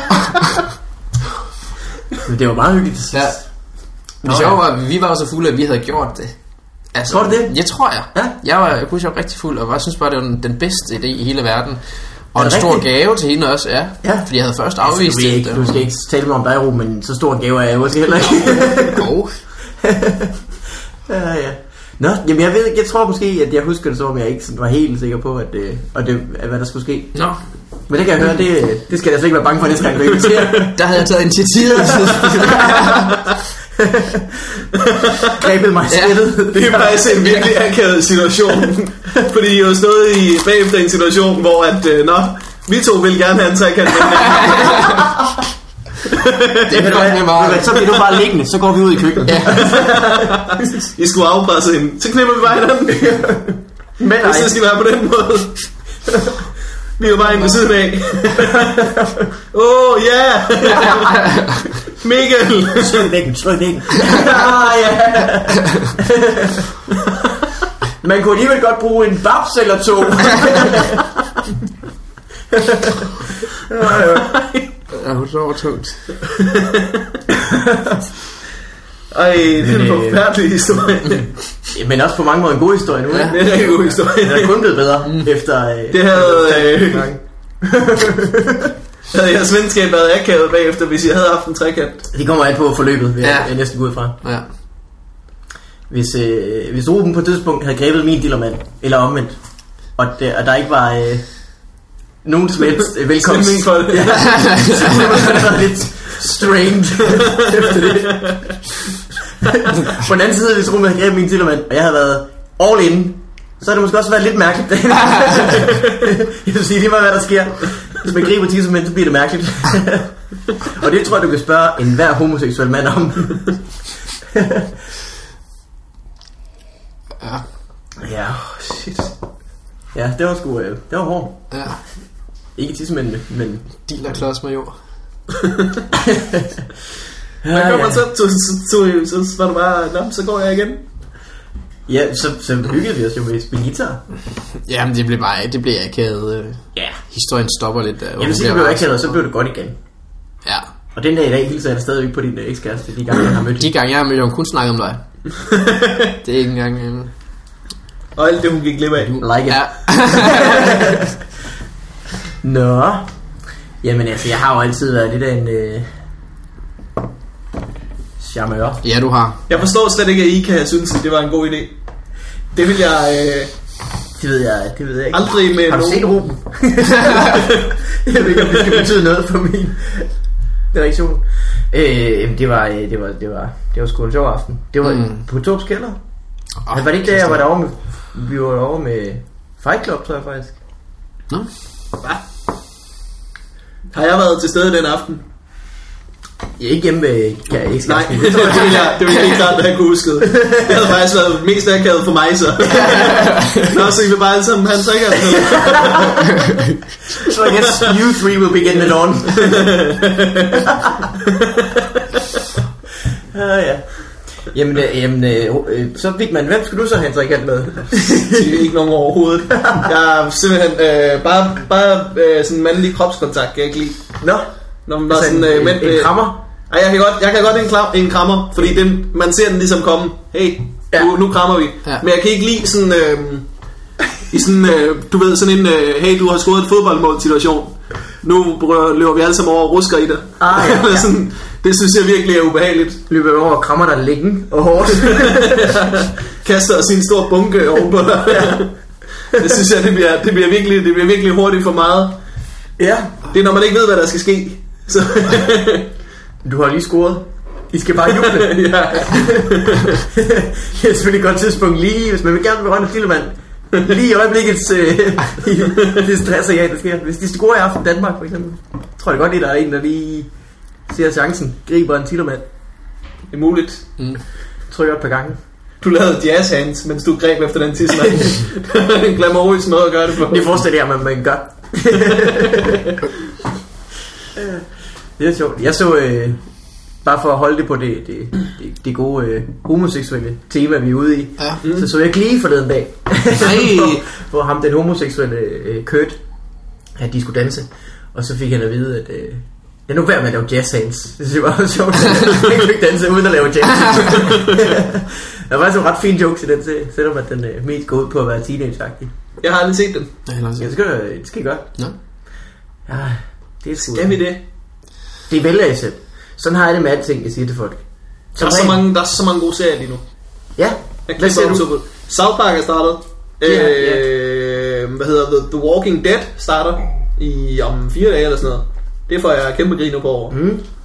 [SPEAKER 2] Men det var meget hyggeligt.
[SPEAKER 1] Ja. Det sjove var, at vi var så fulde, at vi havde gjort det. Altså,
[SPEAKER 2] tror du det?
[SPEAKER 1] Jeg tror jeg.
[SPEAKER 2] Ja.
[SPEAKER 1] Jeg var rigtig fuld, og jeg synes bare, det var den bedste idé i hele verden. Og en stor gave til hende også, ja. Fordi jeg havde først afvist det.
[SPEAKER 2] Du skal ikke tale mig om dig, Ruben, men så stor en gave er jeg også heller ikke. Ja. Nå, jamen jeg tror måske, at jeg husker det så, om jeg ikke sådan var helt sikker på, at hvad der skulle ske.
[SPEAKER 1] Nå.
[SPEAKER 2] Men det kan jeg høre, det skal jeg altså ikke være bange for næste gang, du inviterer.
[SPEAKER 1] Der havde jeg taget initiativet.
[SPEAKER 2] Grebet mig skridtet.
[SPEAKER 3] Det er faktisk en virkelig akavet situation. Fordi jeg har stået bagefter en situation, hvor at, vi to vil gerne have en trekant.
[SPEAKER 2] Så bliver du bare liggende, så går vi ud i køkkenet. Ja.
[SPEAKER 3] I skulle afpresse hende. Så knipper vi bare hinanden. Men så skal vi være på den måde. Vi er jo bare inde ved siden af. Ja. Mikkel.
[SPEAKER 2] Slå dækken. Man kunne alligevel godt bruge en babs eller to.
[SPEAKER 1] Ja, hun sover tungt.
[SPEAKER 3] Ej, det er en forfærdelig historie.
[SPEAKER 2] Men også på mange måder en god historie nu.
[SPEAKER 3] Ja, det er en rigtig god historie.
[SPEAKER 2] Den er kun blevet bedre efter...
[SPEAKER 3] Det havde jeres venskab været akavet bagefter, hvis jeg havde haft en trekant.
[SPEAKER 2] Det kommer an på forløbet, vil jeg næsten gå ud fra.
[SPEAKER 1] Ja.
[SPEAKER 2] Hvis Ruben på et tidspunkt havde grebet min dillermand, eller omvendt, og der ikke var nogen som helst velkommen
[SPEAKER 3] for det.
[SPEAKER 2] Ja, så det var lidt strained efter det. På den anden side, hvis Ruben havde grebet min dillermand, og jeg havde været all in, så har det måske også været lidt mærkeligt. Jeg vil sige lige meget, hvad der sker. Hvis man griber tissemænd, så bliver det mærkeligt. Og det tror jeg, du kan spørge enhver homoseksuel mand om. Ja, shit. Ja, det var sgu, det var hårdt.
[SPEAKER 1] Ja.
[SPEAKER 2] Ikke tissemændene, men...
[SPEAKER 1] Dealer-klods major.
[SPEAKER 3] Men kommer så var det bare, så går jeg igen.
[SPEAKER 2] Ja, så hyggede vi os jo med at spille guitar.
[SPEAKER 1] Jamen det blev akavet.
[SPEAKER 2] Ja.
[SPEAKER 1] Historien stopper lidt der.
[SPEAKER 2] Jamen hvis det blev akavet, så blev det godt igen.
[SPEAKER 1] Ja.
[SPEAKER 2] Og den dag i dag hilser jeg stadigvæk på din ekskæreste, de gange jeg har mødt.
[SPEAKER 1] De gange jeg har mødt, hun kun snakket om dig. Det er ikke engang...
[SPEAKER 3] Og alt det hun gik glip af.
[SPEAKER 2] Like it. Ja. Nå. Jamen altså, jeg har jo altid været lidt af en... charmeur.
[SPEAKER 1] Ja, du har.
[SPEAKER 3] Jeg forstår slet ikke, at I kan synes, at det var en god idé. Det vil jeg...
[SPEAKER 2] Det ved jeg ikke.
[SPEAKER 3] Aldrig med
[SPEAKER 2] har du set Ruben? Jeg ved ikke, om det skal betyde noget for min reaktion. Det var sgu en sjov aften. Det var på Tobs kælder. Var det ikke der, jeg var derovre med... Vi var derovre med Fight Club, tror jeg faktisk.
[SPEAKER 1] Nå.
[SPEAKER 3] Hvad? Har jeg været til stede den aften?
[SPEAKER 2] Ikke hjemme ved ikke.
[SPEAKER 3] Nej, det var helt klart, at jeg kunne huske. Det havde faktisk været mest akavet for mig, så. Nå, så I vil bare alle sammen have en trækker.
[SPEAKER 2] So I guess you three will begin the dawn. Ja. Jamen, så fik man, hvem skal du så have en trækant med?
[SPEAKER 3] Det er ikke nogen overhovedet. Jeg er simpelthen bare sådan en mandlig kropskontakt, kan jeg ikke lide.
[SPEAKER 2] Nå,
[SPEAKER 3] når man altså sådan,
[SPEAKER 2] en krammer?
[SPEAKER 3] Ej, jeg kan godt en krammer, fordi man ser den ligesom komme. Hey, nu krammer vi. Ja. Men jeg kan ikke lide sådan, i sådan, du ved, sådan en, hey, du har scoret et fodboldmål situation. Nu løber vi alle sammen over og rusker i det. Ja. Sådan, det synes jeg virkelig er ubehageligt.
[SPEAKER 2] Løber over og krammer dig længe og hårdt.
[SPEAKER 3] Kaster os i en stor bunke ovenpå dig. Ja. Det synes jeg, det bliver virkelig hurtigt for meget.
[SPEAKER 2] Ja.
[SPEAKER 3] Det er når man ikke ved, hvad der skal ske. Så
[SPEAKER 2] du har lige scoret. I skal bare juble. Ja. Det er selvfølgelig et godt tidspunkt lige, hvis man vil gerne berømme Tillemand. Lige i øjeblikkets det stresser jeg, der sker. Hvis de scorer i aften Danmark for eksempel, tror jeg godt, at der er en, der lige ser chancen, griber en Tillemand.
[SPEAKER 3] Det er muligt.
[SPEAKER 2] Trykker et par gange.
[SPEAKER 3] Du lavede jazz hands, mens du greb efter den tidsmand. Det er en glamourisk måde at gøre det på.
[SPEAKER 2] Det forestiller jeg, at man gør. Det er sjovt. Jeg så, bare for at holde det på det gode homoseksuelle tema, vi er ude i, så jeg lige forleden dag, hvor ham, den homoseksuelle Kurt, at de skulle danse, og så fik han at vide, at det er nu værd med at lave jazz hands. Det synes jeg var sjovt, at han kunne ikke danse uden at lave jazz. Der var altså ret fine jokes i den, selvom at den mest går ud på at være teenage-agtig.
[SPEAKER 3] Jeg har aldrig set den.
[SPEAKER 2] Det skal I gøre.
[SPEAKER 1] Ja.
[SPEAKER 2] Ja, det er sgu.
[SPEAKER 3] Skal vi det?
[SPEAKER 2] Det vælger I selv. Sådan har jeg det med alting, jeg siger til folk.
[SPEAKER 3] Der er så mange gode serier lige nu.
[SPEAKER 2] Ja.
[SPEAKER 3] Hvad ser du? South Park er startet. Hvad hedder The Walking Dead starter om 4 dage eller sådan noget. Det får jeg kæmpe grin på over.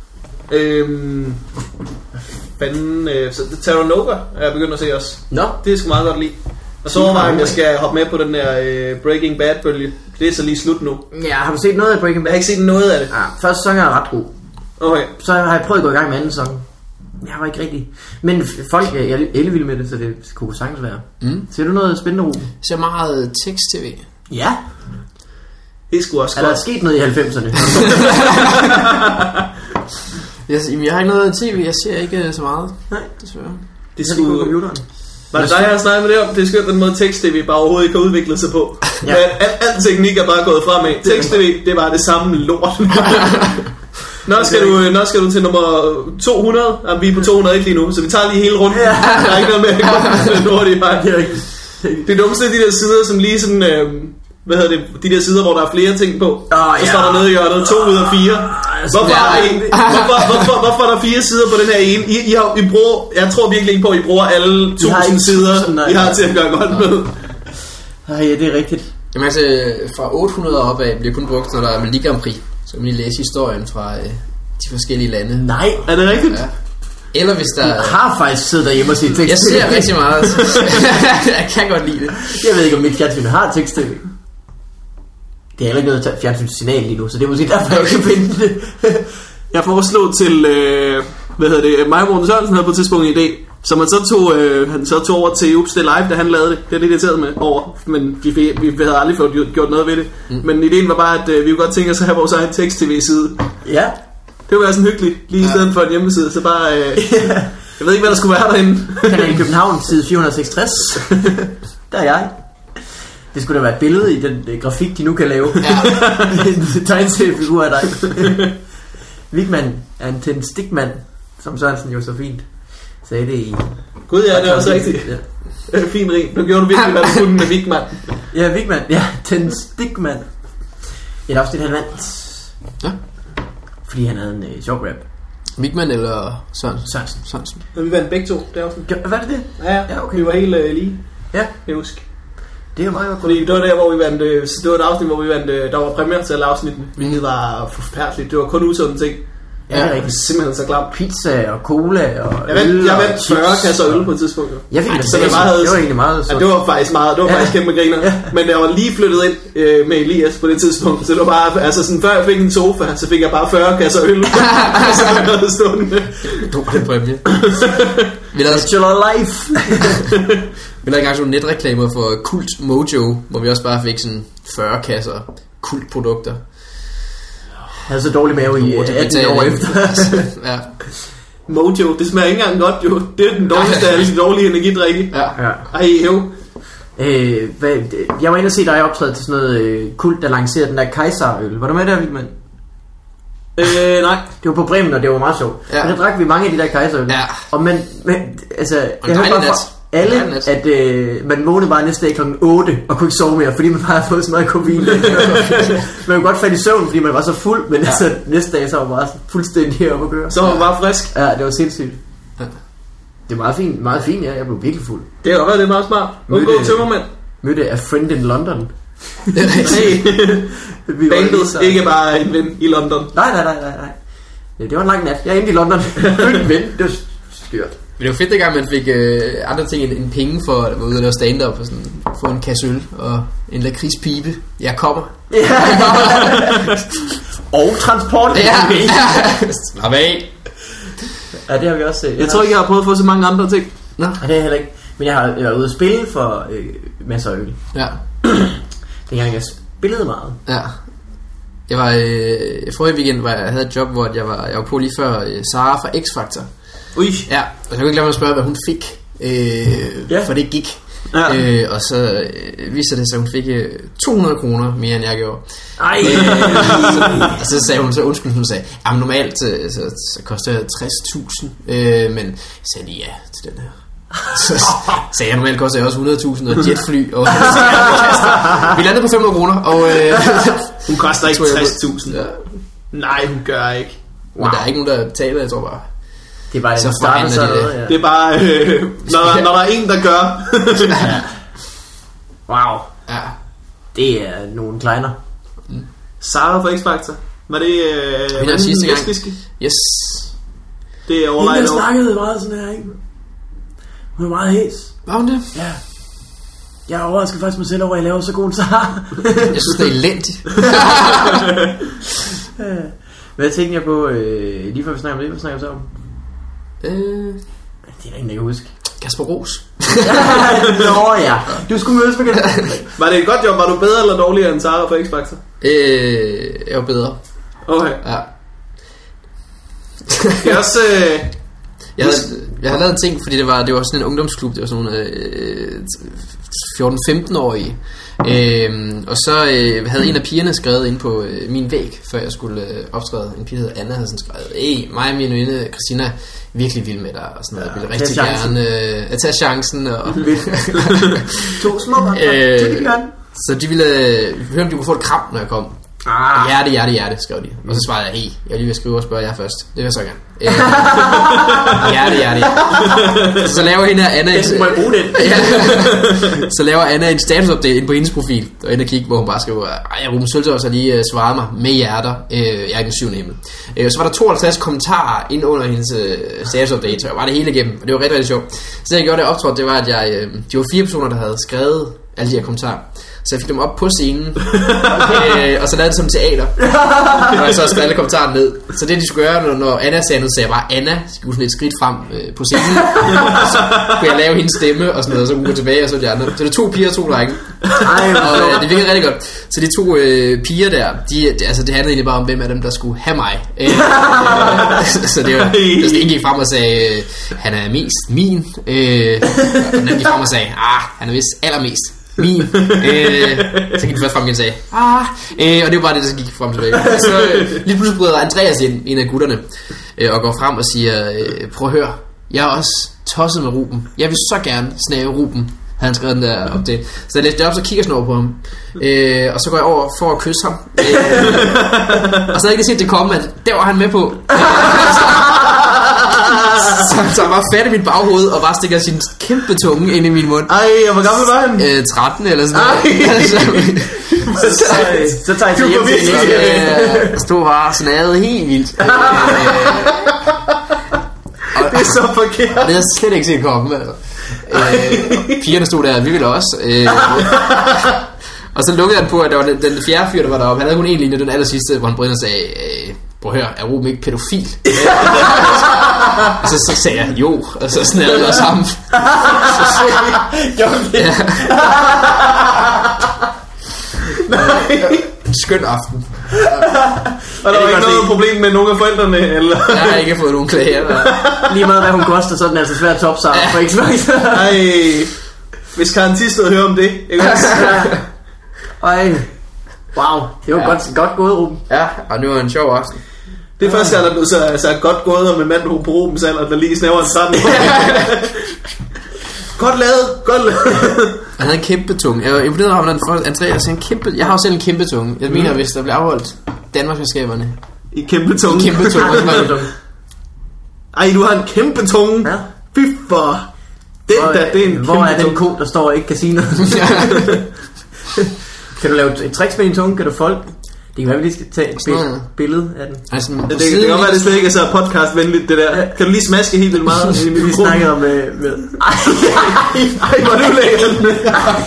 [SPEAKER 3] Terra Nova er jeg begyndt at se også. Det er sgu meget godt lide. Og så overvejer jeg skal hoppe med på den der Breaking Bad bølge. Det er så lige slut nu.
[SPEAKER 2] Ja, har du set noget af Breaking Bad?
[SPEAKER 3] Jeg har ikke set noget af det.
[SPEAKER 2] Første sæson er ret god.
[SPEAKER 3] Okay.
[SPEAKER 2] Så har jeg prøvet at gå i gang med anden sæson. Jeg var ikke rigtig. Men folk er ellevilde med det, så det kunne sagtens være. Ser du noget spændende, Ruben?
[SPEAKER 1] Ser meget tekst-tv.
[SPEAKER 2] Ja.
[SPEAKER 3] Det skulle også
[SPEAKER 2] godt. Er der sket noget i 90'erne?
[SPEAKER 1] Jeg har ikke noget tv, jeg ser ikke så meget.
[SPEAKER 2] Nej,
[SPEAKER 1] desværre.
[SPEAKER 2] Det er på computeren.
[SPEAKER 3] Var det dig, jeg har snakket med det om? Det er skønt den måde tekst-tv bare overhovedet ikke har udviklet sig på. Ja. Al teknik er bare gået fremad. Tekst-tv, det var det samme lort. Nå skal du til nummer 200. Vi er på 201 lige nu, så vi tager lige hele rundt. Der er ikke noget med at komme hurtigt bare. Det dummeste er de der sider, som lige sådan... de der sider, hvor der er flere ting på. Så står der nede i hjørnet 2 ud af 4. Hvorfor er der 4 sider på den her ene? I bruger, jeg tror virkelig ikke på, at I bruger alle 1000 sider, I har til at gøre godt med.
[SPEAKER 2] Ja, det er rigtigt.
[SPEAKER 1] Jamen altså, fra 800 opad bliver kun brugt, når der er Melodi Grand Prix. Så kan man lige læse historien fra de forskellige lande.
[SPEAKER 2] Nej,
[SPEAKER 3] er det rigtigt?
[SPEAKER 1] Ja. Eller hvis der...
[SPEAKER 2] Du har faktisk siddet derhjemme og set tekst.
[SPEAKER 1] Jeg ser rigtig meget. Jeg kan godt lide det.
[SPEAKER 2] Jeg ved ikke, om mit fjernsyn har tekst-tv. Det er heller ikke noget fjernsynssignal lige nu, så det er måske derfor, jeg kan finde det.
[SPEAKER 3] Jeg foreslog til, mig og Morten Sørensen havde på et tidspunkt en idé, som han så tog over til Ups, det live, da han lavede det. Det er lidt irriteret med over, men vi havde aldrig fået gjort noget ved det. Men ideen var bare, at vi kunne godt tænke os at have vores egen tekst-tv-side.
[SPEAKER 2] Ja.
[SPEAKER 3] Det kunne være sådan hyggeligt, lige i stedet for en hjemmeside, så bare... Jeg ved ikke, hvad der skulle være derinde.
[SPEAKER 2] Kanal København, side 466. Der er jeg. Det skulle da være et billede i den grafik, de nu kan lave. Ja. En tegneseriefigur af dig. Vigman er en stikmand, som Sørensen jo så fint sagde det i...
[SPEAKER 3] Gud ja, det er også rigtigt. Ja. Fin rig. Nu gjorde du virkelig, hvad du kunne med Vigman.
[SPEAKER 2] Ja, Vigman. Ja, den stikmand. Et afsnit, han vandt.
[SPEAKER 1] Ja.
[SPEAKER 2] Fordi han havde en sjov rap.
[SPEAKER 1] Vigman eller Sørensen?
[SPEAKER 3] Men vi vandt begge to, det afsnit.
[SPEAKER 2] Hvad er det?
[SPEAKER 3] Ja, okay. Vi var helt lige.
[SPEAKER 2] Ja.
[SPEAKER 3] Jeg husker.
[SPEAKER 2] Det er meget godt.
[SPEAKER 3] Fordi det var der, hvor vi vandt, det var et afsnit, hvor vi vandt, der var premiere til alle afsnittene, hvilket var forfærdeligt. Det var kun usunde ting.
[SPEAKER 2] Ja, det er rigtigt.
[SPEAKER 3] Simpelthen så klart.
[SPEAKER 2] Pizza og cola og
[SPEAKER 3] jeg vandt 40 kasser øl på et tidspunkt.
[SPEAKER 2] Jeg fik
[SPEAKER 3] det var
[SPEAKER 2] egentlig meget.
[SPEAKER 3] Ja, det var faktisk meget. Det var faktisk kæmpe griner. Ja. Men jeg var lige flyttet ind med Elias på det tidspunkt. Så det var bare, altså sådan, før jeg fik en sofa, så fik jeg bare 40 kasser øl. Så jeg havde stående.
[SPEAKER 1] Du var en præmie.
[SPEAKER 2] Bachelor life.
[SPEAKER 1] Vi lavede engang sådan nogle netreklamer for Kult Mojo, hvor vi også bare fik sådan 40 kasser kultprodukter.
[SPEAKER 2] Jeg havde så dårlig mave i 18 år efter.
[SPEAKER 1] Ja.
[SPEAKER 3] Mojo, det smager ikke engang godt jo. Det er den dårligste af alle de dårlige energidrikke.
[SPEAKER 1] Ja.
[SPEAKER 3] Ej, jo.
[SPEAKER 2] Jeg var inde og se dig optræde til sådan noget kult, der lancerede den der Kaiserøl. Var du med der, Vigman?
[SPEAKER 3] Nej.
[SPEAKER 2] Det var på Bremen, og det var meget sjovt.
[SPEAKER 1] Ja.
[SPEAKER 2] Og der drak vi mange af de der Kaiserøl.
[SPEAKER 1] Ja.
[SPEAKER 2] Og men altså,
[SPEAKER 1] jeg hørte bare fra
[SPEAKER 2] alle, at man vågnede bare næste dag kl. 8 og kunne ikke sove mere, fordi man bare havde fået så meget koffein. Man kunne godt falde i søvn, fordi man var så fuld, men altså næste dag så var man bare fuldstændig op at køre.
[SPEAKER 3] Så var man bare frisk.
[SPEAKER 2] Ja, det var sindssygt. Ja. Det var meget fint, ja. Jeg blev virkelig fuld.
[SPEAKER 3] Det er godt, det er meget smart. Undgå tømmermænd.
[SPEAKER 2] Mødte A Friend in London.
[SPEAKER 3] Bandet, ikke bare en ven i London.
[SPEAKER 2] Nej. Ja, det var en lang nat. Jeg er inde i London. En ven, det var skørt.
[SPEAKER 1] Men det var fedt, dengang man fik andre ting end penge for at være ude og lave stand-up og sådan, få en kasse øl og en lakridspibe. Jeg kommer.
[SPEAKER 2] Og transport.
[SPEAKER 1] Ja. Slap af.
[SPEAKER 2] Ja, det har vi også set.
[SPEAKER 3] Jeg tror ikke, jeg har prøvet at få så mange andre ting.
[SPEAKER 1] Nå.
[SPEAKER 2] Ja, det er heller ikke. Men jeg har været ude at spille for masser af øl.
[SPEAKER 1] Ja.
[SPEAKER 2] Dengang jeg spillede meget.
[SPEAKER 1] Ja. Jeg var forrige weekend, hvor jeg havde et job, hvor jeg var på lige før Sara fra X-Factor.
[SPEAKER 3] Ui.
[SPEAKER 1] Ja, og så kunne jeg ikke lade mig at spørge, hvad hun fik, for det gik. Ja. Og så viste det sig, at hun fik 200 kroner mere, end jeg gjorde.
[SPEAKER 2] Ej.
[SPEAKER 1] Og så sagde hun, hun sagde, jamen normalt så koster det 60.000, men jeg sagde lige ja til den her. Så sagde jeg, normalt koster jeg også 100.000 og jetfly og vi landede på 500 kroner og
[SPEAKER 3] hun koster ikke 60.000. Ja. Nej, hun gør ikke.
[SPEAKER 1] Wow. Men der er ikke nogen, der taler, jeg tror bare.
[SPEAKER 2] Det er bare
[SPEAKER 1] så forhandler de det.
[SPEAKER 3] Ja. Det er bare når der er en, der gør.
[SPEAKER 2] Ja. Wow.
[SPEAKER 1] Ja.
[SPEAKER 2] Det er nogle kleiner.
[SPEAKER 3] Sara fra X-Factor. Var det
[SPEAKER 1] den sidste gang? Yes.
[SPEAKER 3] Det er overlejt.
[SPEAKER 2] Jeg snakkede meget sådan her, ikke? Hun er meget hæs.
[SPEAKER 1] Var hun det?
[SPEAKER 2] Ja. Jeg overrasker faktisk mig selv over, at jeg laver så god en Sara.
[SPEAKER 1] Jeg synes, det er elendigt.
[SPEAKER 2] Hvad tænkte jeg på, lige før vi snakker om det, hvad snakker vi så om? Det er der ingen, der kan huske.
[SPEAKER 1] Kasper Ros.
[SPEAKER 2] Nå ja, du skulle mødes med det.
[SPEAKER 3] Var det et godt job? Var du bedre eller dårligere end Sara fra X-Factor?
[SPEAKER 1] Jeg var bedre.
[SPEAKER 3] Okay.
[SPEAKER 1] Ja.
[SPEAKER 3] Det er også...
[SPEAKER 1] Jeg havde lavet en ting, fordi det var sådan en ungdomsklub. Det var sådan nogle 14-15-årige. Og så havde en af pigerne skrevet ind på min væg, før jeg skulle optræde. En pige, der hedder Anna, havde sådan skrevet: mig og min veninde Christina virkelig vild med dig og sådan noget. Jeg ville rigtig gerne tage chancen og
[SPEAKER 2] to små børn.
[SPEAKER 1] Så de ville høre, om de kunne få et kram, når jeg kom. Hjerte, skrev de. Og så svarede jeg, jeg lige vil skrive og spørge jer først. Det vil jeg så gerne. Hjerte. Så laver hende her Anna så laver Anna en status-update ind på hendes profil. Og ind og kigge, hvor hun bare skriver: Ruben Søltoft har lige svaret mig med hjerter. Jeg er i den 7. himmel. Så var der 52 kommentarer ind under hendes status-update. Så jeg var det hele igennem. Og det var rigtig, rigtig sjovt. Så det jeg gjorde, det optrådte, det var, at de var 4 personer, der havde skrevet alle de her kommentarer. Så jeg fik dem op på scenen, og så lavede det som teater. Og jeg så skrev alle kommentarer ned. Så det de skulle gøre, når Anna sagde noget, så jeg bare Anna skulle sådan et skridt frem på scenen. Så kunne jeg lave hendes stemme og sådan noget, og så kunne jeg gå tilbage og så de andre. Så det er 2 piger og 2 drenge. Og det virkede rigtig godt. Så de 2 piger der, det handlede egentlig bare om, hvem af dem der skulle have mig. Så det var så en gik frem og sagde, han er mest min. Og den anden gik frem og sagde, han er vist allermest min. Så gik den først frem og sagde og det var bare det, der gik frem tilbage. Så lige pludselig bryder Andreas ind, en af gutterne, og går frem og siger: prøv at høre, jeg er også tosset med Ruben. Jeg vil så gerne snave Ruben, havde han skrevet den der op det. Så jeg læste det op, så kigger jeg sådan over på ham, og så går jeg over for at kysse ham, og så havde jeg ikke set det komme, at der var han med på. Så han tager bare fat i mit baghoved og bare stikker sin kæmpe tunge ind i min mund.
[SPEAKER 3] Ej, og hvor gammel var han?
[SPEAKER 1] 13 eller sådan noget.
[SPEAKER 2] Så tager jeg til hjem til
[SPEAKER 1] Jeg stod bare og snagede helt vildt.
[SPEAKER 3] Det er så forkert.
[SPEAKER 1] Det havde jeg slet ikke set komme, altså. Pigerne stod der, vi ville også. Og så lukkede han på, at der var den fjerde fyr, der var deroppe. Han havde kun en linje, den aller sidste, hvor han brød ind og sagde, prøv at høre, er Ruben ikke pædofil? Og så sagde jeg, jo. Og så snadede jeg også ham. Ja. Skøn aften.
[SPEAKER 3] Og der var ikke noget problem med nogen af forældrene, eller?
[SPEAKER 1] Jeg har ikke fået nogen klager.
[SPEAKER 2] Lige meget hvad hun koster, så er den altså svært at topse for Xbox.
[SPEAKER 3] Ej, hvis Karen Thisted hører om det, ikke også?
[SPEAKER 2] Ej, wow, det var godt gået, Ruben.
[SPEAKER 1] Ja, og nu er en sjov aften.
[SPEAKER 3] Det er første gang, der blev så godt gået om en mand på Rubens alder, der lige snæver en 13. Godt lavet.
[SPEAKER 1] Han havde en kæmpe tunge. Jeg var imponeret over, hvordan Andreas en kæmpe. Jeg har jo selv en kæmpe tunge. Jeg mener, hvis der bliver afholdt Danmarksmesterskaberne.
[SPEAKER 3] I kæmpe tunge.
[SPEAKER 1] Kæmpe tunge.
[SPEAKER 3] Ej, du har en kæmpe tunge.
[SPEAKER 2] Ja.
[SPEAKER 3] Fy for. Det er en kæmpe
[SPEAKER 2] hvor er den
[SPEAKER 3] tunge.
[SPEAKER 2] ko, der står og ikke kan sige noget? Kan du lave et tricks med din tunge? Kan du folde? Det kan være, vi lige skal tage et billede af den.
[SPEAKER 1] Altså,
[SPEAKER 3] det kan godt være, det slet ikke er så podcast-venligt, det der. Kan du lige smaske helt vildt meget?
[SPEAKER 2] Vi snakkede om med...
[SPEAKER 3] Ej, hvor er du lækkert.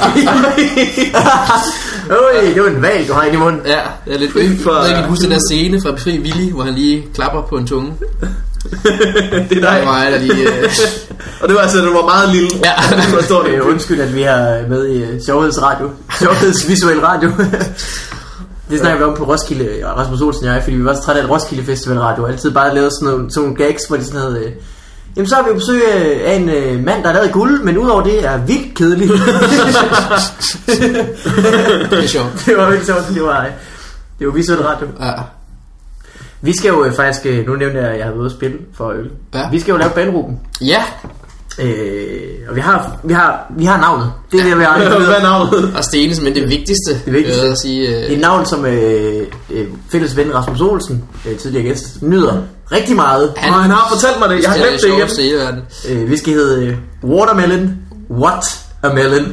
[SPEAKER 2] Det var en valg, du har inde i munden.
[SPEAKER 1] Ja, jeg er lidt for... Jeg kan huske den der scene fra Fri Willy, hvor han lige klapper på en tunge.
[SPEAKER 3] Det er dig.
[SPEAKER 1] Mig, der lige...
[SPEAKER 3] Og det var altså, det var meget lille.
[SPEAKER 2] Ja. Undskyld, at vi er med i Sjovhedsvisuel radio. Det snakker vi om på Roskilde, og Rasmus Olsen og jeg, fordi vi var så trætte af, at Roskilde Festival Radio altid bare lavede sådan nogle gags, hvor de sådan havde... Jamen så har vi jo besøg af en mand, der har lavet guld, men udover det er vildt kedeligt.
[SPEAKER 1] Det er sjovt.
[SPEAKER 2] Det var vildt sjovt, det var visuel radio. Ja. Vi skal jo faktisk, nu nævnte jeg, at jeg har været ude at spille for øl. Ja. Vi skal jo lave bandgruppen.
[SPEAKER 1] Ja.
[SPEAKER 2] Og vi har navnet. Det er det, vi har.
[SPEAKER 3] Hvad er navnet?
[SPEAKER 1] Og Stene, men det vigtigste.
[SPEAKER 2] Det vigtigste.
[SPEAKER 1] At sige,
[SPEAKER 2] det er et navn, som fælles ven Rasmus Olsen, tidligere gæst, nyder rigtig meget.
[SPEAKER 3] Han har fortalt mig det. Jeg har glemt det
[SPEAKER 2] igen. Vi skal hedde Watermelon. What a melon.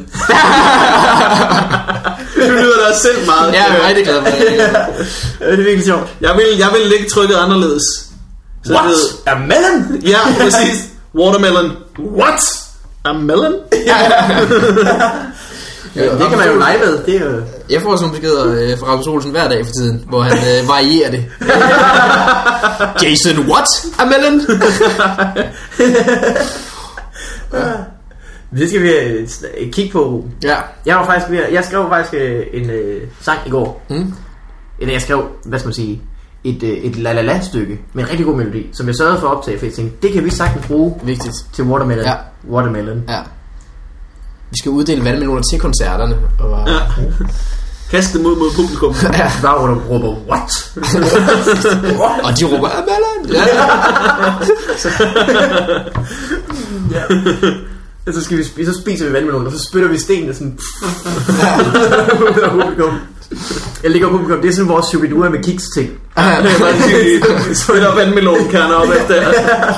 [SPEAKER 3] Du lyder da selv meget.
[SPEAKER 1] Ja, jeg er rigtig glad for det.
[SPEAKER 2] Det er virkelig sjovt.
[SPEAKER 3] Jeg vil ikke trykket anderledes.
[SPEAKER 2] Så what a melon?
[SPEAKER 3] Ja, præcis. Watermelon. What a melon?
[SPEAKER 2] Ja, det kan man jo lege med. Det er jo...
[SPEAKER 1] Jeg får sådan nogle beskeder fra Rasmus Olsen hver dag for tiden, hvor han varierer det. Jason, what a melon?
[SPEAKER 2] Det skal vi kigge på.
[SPEAKER 1] Ja.
[SPEAKER 2] Jeg skrev faktisk en sang i går. Eller jeg skrev, hvad skal man sige, et la-la-la stykke med en rigtig god melodi, som jeg sørgede for at optage, for jeg tænkte, det kan vi sagtens bruge.
[SPEAKER 1] Vigtigt.
[SPEAKER 2] Til Watermelon. Ja. Watermelon.
[SPEAKER 1] Ja. Vi skal uddele vandmeloner til koncerterne. Og
[SPEAKER 3] ja. Kaste dem ud mod publikum.
[SPEAKER 2] Ja. Der råber what?
[SPEAKER 1] Og de råber melon. Ja.
[SPEAKER 2] Ja. Så spiser vi vandmeloner, og så spytter vi stenene sådan. Jeg ligger på publikum. Det er sådan vores Shubidua med kiks ting.
[SPEAKER 3] Spytter vandmelonkerner op efter.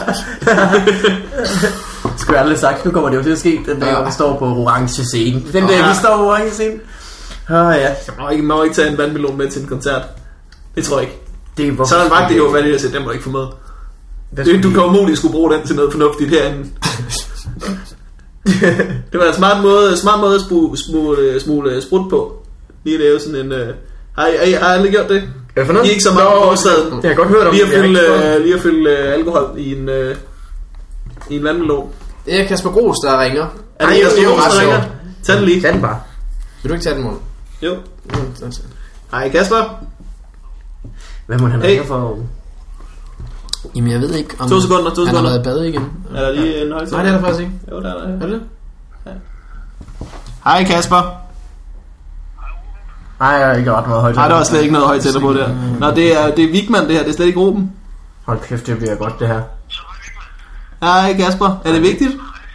[SPEAKER 2] Skulle jeg aldrig sagt. Nu kommer det jo til at ske. Den der, vi står på orange scene. Den der, vi står på orange scene. Ja.
[SPEAKER 3] Man må ikke tage en vandmelon med til en koncert. Det tror jeg ikke. Så er en vagt, det er jo færdigt at sætte. Den må ikke få med. Du kan umuligt skulle bruge den til noget fornuftigt herinde. Det var en smart måde at smule sprut på. Lige at lave sådan en... Har I aldrig gjort det? I er ikke så meget på forstaden.
[SPEAKER 2] Jeg har godt hørt om det.
[SPEAKER 3] Lige at fylde alkohol i en vandmelon.
[SPEAKER 1] Det er Kasper Gros, der ringer.
[SPEAKER 3] Er det Kasper Gros, der ringer? Tag den lige.
[SPEAKER 2] Tag den bare.
[SPEAKER 1] Vil du ikke tage den, morgen?
[SPEAKER 3] Jo. Hej Kasper.
[SPEAKER 2] Hvad må han ringer for?
[SPEAKER 1] Jamen jeg ved ikke om
[SPEAKER 3] 2 sekunder.
[SPEAKER 1] Han har været i bad igen.
[SPEAKER 3] Er der lige en højtaler?
[SPEAKER 1] Nej, det er der faktisk ikke.
[SPEAKER 3] Jo, der er der.
[SPEAKER 1] Er det?
[SPEAKER 3] Ja. Hej Kasper.
[SPEAKER 2] Nej, jeg har ikke ret noget højtaler.
[SPEAKER 3] Nej, der var slet ikke noget højtaler på der. Nå, det er Vigman det her, det er slet ikke Ruben.
[SPEAKER 2] Hold kæft, det bliver godt det her.
[SPEAKER 3] Hej Kasper, er det vigtigt?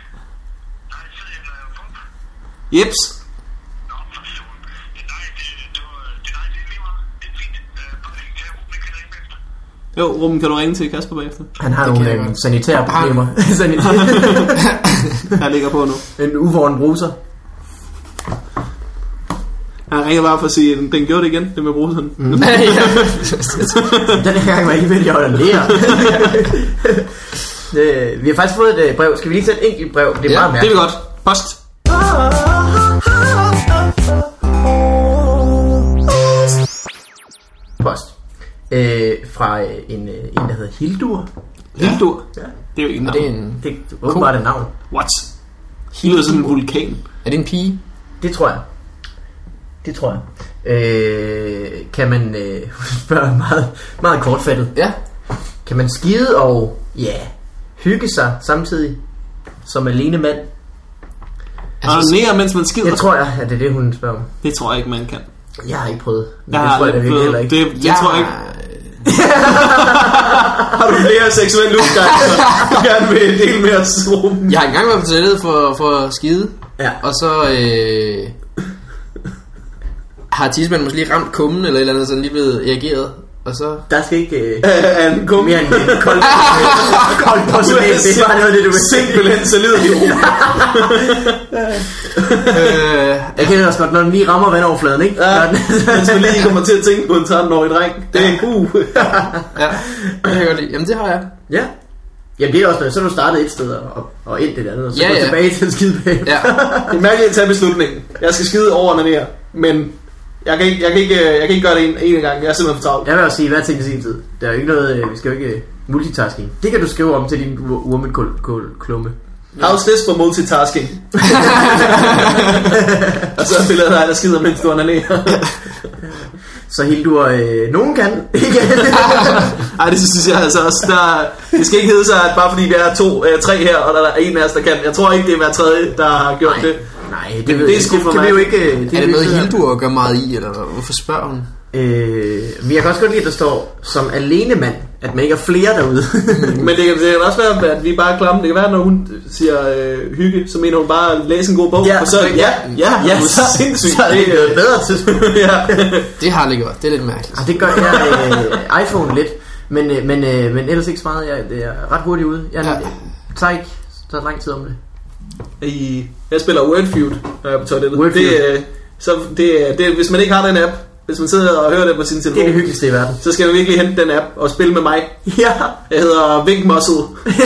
[SPEAKER 3] Jeps. Jo, Ruben, kan du ringe til Kasper bagefter?
[SPEAKER 2] Han har nogle sanitære problemer.
[SPEAKER 3] Jeg ligger på nu.
[SPEAKER 2] En uvåren bruser.
[SPEAKER 3] Han ringer bare for at sige, at den gjorde det igen, det med bruseren.
[SPEAKER 2] Den her gang var ikke ved, at jeg var lærer. Vi har faktisk fået et brev. Skal vi lige tage et enkelt brev? Det er meget mærkeligt.
[SPEAKER 3] Det er vi godt. Post.
[SPEAKER 2] Post. Fra en der hedder Hildur.
[SPEAKER 3] Hildur?
[SPEAKER 2] Ja.
[SPEAKER 3] Det er jo ikke en navn.
[SPEAKER 2] Det er åbenbart et navn.
[SPEAKER 3] What? Det lyder som en vulkan.
[SPEAKER 1] Er det en pige?
[SPEAKER 2] Det tror jeg. Kan man spørge meget, meget kortfattet.
[SPEAKER 1] Ja.
[SPEAKER 2] Kan man skide og hygge sig samtidig som alene mand?
[SPEAKER 3] Onanere, mens man skider?
[SPEAKER 2] Det tror jeg, at det er det, hun spørger om.
[SPEAKER 3] Det tror jeg ikke, man kan.
[SPEAKER 2] Jeg har ikke prøvet.
[SPEAKER 3] Det tror jeg heller ikke. Det tror jeg ikke. Har du flere seksuelle udgange, du gerne vil dele med os?
[SPEAKER 1] Jeg har engang været på toilettet for at skide.
[SPEAKER 2] Ja.
[SPEAKER 1] Og så har tidsmanden måske lige ramt kummen eller et eller andet, sådan lige blevet reageret. Og så...
[SPEAKER 2] Der skal ikke
[SPEAKER 3] en kumme.
[SPEAKER 2] mere end kold porcelæn. Det er bare noget, det du vil.
[SPEAKER 3] Simpelthen, så lider vi.
[SPEAKER 2] Jeg kender også godt, når den lige rammer vandoverfladen, ikke?
[SPEAKER 3] Ja, man skal lige komme til at tænke på en 13-årig dreng. Det er en
[SPEAKER 1] Ja, det kan jeg godt lide. Jamen det har jeg.
[SPEAKER 2] Ja. Jamen det er også noget, så du startet et sted og ind det andet, og så går tilbage til en skide bag.
[SPEAKER 1] Ja.
[SPEAKER 3] Det er mærkeligt at tage beslutningen. Jeg skal skide over og ned, men jeg kan ikke gøre det en gang. Jeg er simpelthen for travlt.
[SPEAKER 2] Jeg vil også sige, hvad jeg tænker sin tid. Der er jo ikke noget, vi skal jo ikke multitasking. Det kan du skrive om til din klumme.
[SPEAKER 3] How's this for multitasking? Og så er billedet af dig, der skider, mens du onanerer.
[SPEAKER 2] Så Hildur, nogen kan, ikke?
[SPEAKER 3] Ej, det synes jeg altså også. Det skal ikke hedde sig, at bare fordi vi er 3 her, og der er en af os, der kan. Jeg tror ikke, det er hver tredje, der har gjort det.
[SPEAKER 2] Nej, det er sgu for mig.
[SPEAKER 1] Er det noget, Hildur gør meget i, eller hvorfor spørger hun?
[SPEAKER 2] Men jeg kan også godt lide, at der står som alene mand, at man ikke er flere derude.
[SPEAKER 3] Men det kan også være, at vi er bare klamme. Det kan være, når hun siger hygge, så mener hun bare at læse en god bog. Og så
[SPEAKER 2] så sindssygt. Det er et bedre tidspunkt.
[SPEAKER 1] Det har det godt. Det er lidt mærkeligt.
[SPEAKER 2] Det gør jeg iPhone lidt, men ellers ikke så meget. Det er ret hurtigt ude. Jeg tager ikke så lang tid om det.
[SPEAKER 3] Jeg spiller Wordfeud på toilettet. Det hvis man ikke har den app, hvis man sidder og hører det på sin telefon,
[SPEAKER 2] det er det hyggeligste i verden.
[SPEAKER 3] Så skal man virkelig hente den app og spille med mig.
[SPEAKER 2] Ja.
[SPEAKER 3] Jeg hedder Wink Muscle.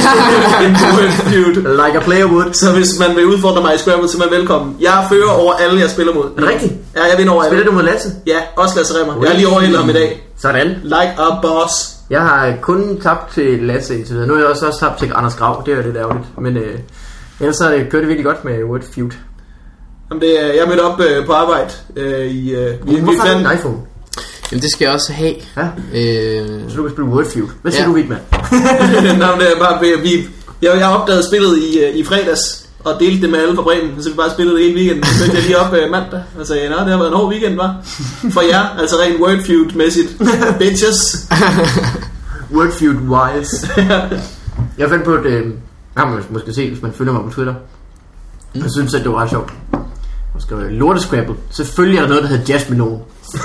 [SPEAKER 2] Like a player would.
[SPEAKER 3] Så hvis man vil udfordre mig i Scrabble, så er man velkommen. Jeg fører over alle, jeg spiller mod.
[SPEAKER 2] Er det rigtigt?
[SPEAKER 3] Ja, jeg vinder over alle.
[SPEAKER 2] Spiller du mod Lasse?
[SPEAKER 3] Ja, også Lasse Remmer. Jeg er lige overhældet ham i dag.
[SPEAKER 2] Sådan.
[SPEAKER 3] Like a boss.
[SPEAKER 2] Jeg har kun tabt til Lasse indtil videre. Nu har jeg også tabt til Anders Grav. Det er jo lidt ærgerligt. Men ellers så kører det virkelig godt med Wordfeud.
[SPEAKER 3] Jamen jeg mødte op på arbejde i...
[SPEAKER 2] Hvorfor har du en iPhone?
[SPEAKER 1] Jamen det skal jeg også have.
[SPEAKER 2] Ja. Så du kan spille Wordfeud. Hvad siger du, Vigman?
[SPEAKER 3] Nå, men det er bare... Jeg opdagede spillet i fredags og delte det med alle fra Bremen, så vi bare spillede det hele weekenden. Så mødte jeg lige op mandag og sagde, det har været en hård weekend, var for jer, altså rent Wordfeud-mæssigt. Bitches.
[SPEAKER 2] Wordfeud-wise. Jeg fandt på et... man måske se, hvis man følger mig på Twitter. Jeg synes, at det var ret sjovt. Jeg skrev lortescrabble. Selvfølgelig er der noget, der hedder jazzmelon.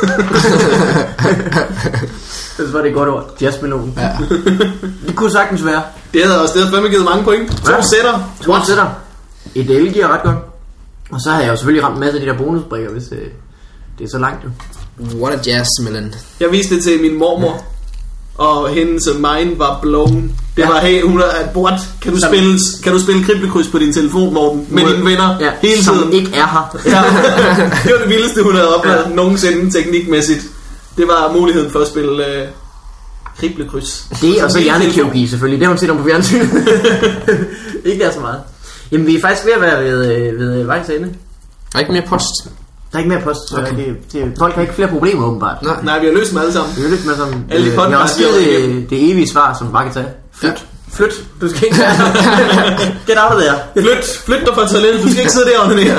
[SPEAKER 2] Så var det et godt ord. Jazzmelon. Ja. Det kunne sagtens være.
[SPEAKER 3] Det havde fandme givet mange point. 2 sætter.
[SPEAKER 2] 2 sætter. Et L giver ret godt. Og så har jeg jo selvfølgelig ramt en masse af de der bonusbrikker, hvis det er så langt jo.
[SPEAKER 1] What a jazzmelon.
[SPEAKER 3] Jeg viste det til min mormor, og hendes mind var blown. Det var, hey, hun er, what? Kan du spille kriblekryds på din telefon, Morten, med dine venner hele tiden?
[SPEAKER 2] Som ikke er her.
[SPEAKER 3] Det var det vildeste, hun havde oplevet nongensinde teknikmæssigt. Det var muligheden for at spille kriblekryds.
[SPEAKER 2] Det og så hjernekirurgi selvfølgelig. Det har hun set om på fjernsyn. Ikke der så meget. Jamen vi er faktisk ved at være ved vejs ende.
[SPEAKER 1] Der er ikke mere post.
[SPEAKER 2] Der er ikke mere post. Okay. Folk har ikke flere problemer åbenbart.
[SPEAKER 3] Nej, vi har løst dem alle sammen.
[SPEAKER 2] Vi har løst dem alle sammen.
[SPEAKER 3] Alle
[SPEAKER 2] vi har også givet det evige svar, som bare kan tage. Flyt. Du skal ikke get out of there.
[SPEAKER 3] Flyt dig fra toilettet. Du skal ikke sidde derovre nede.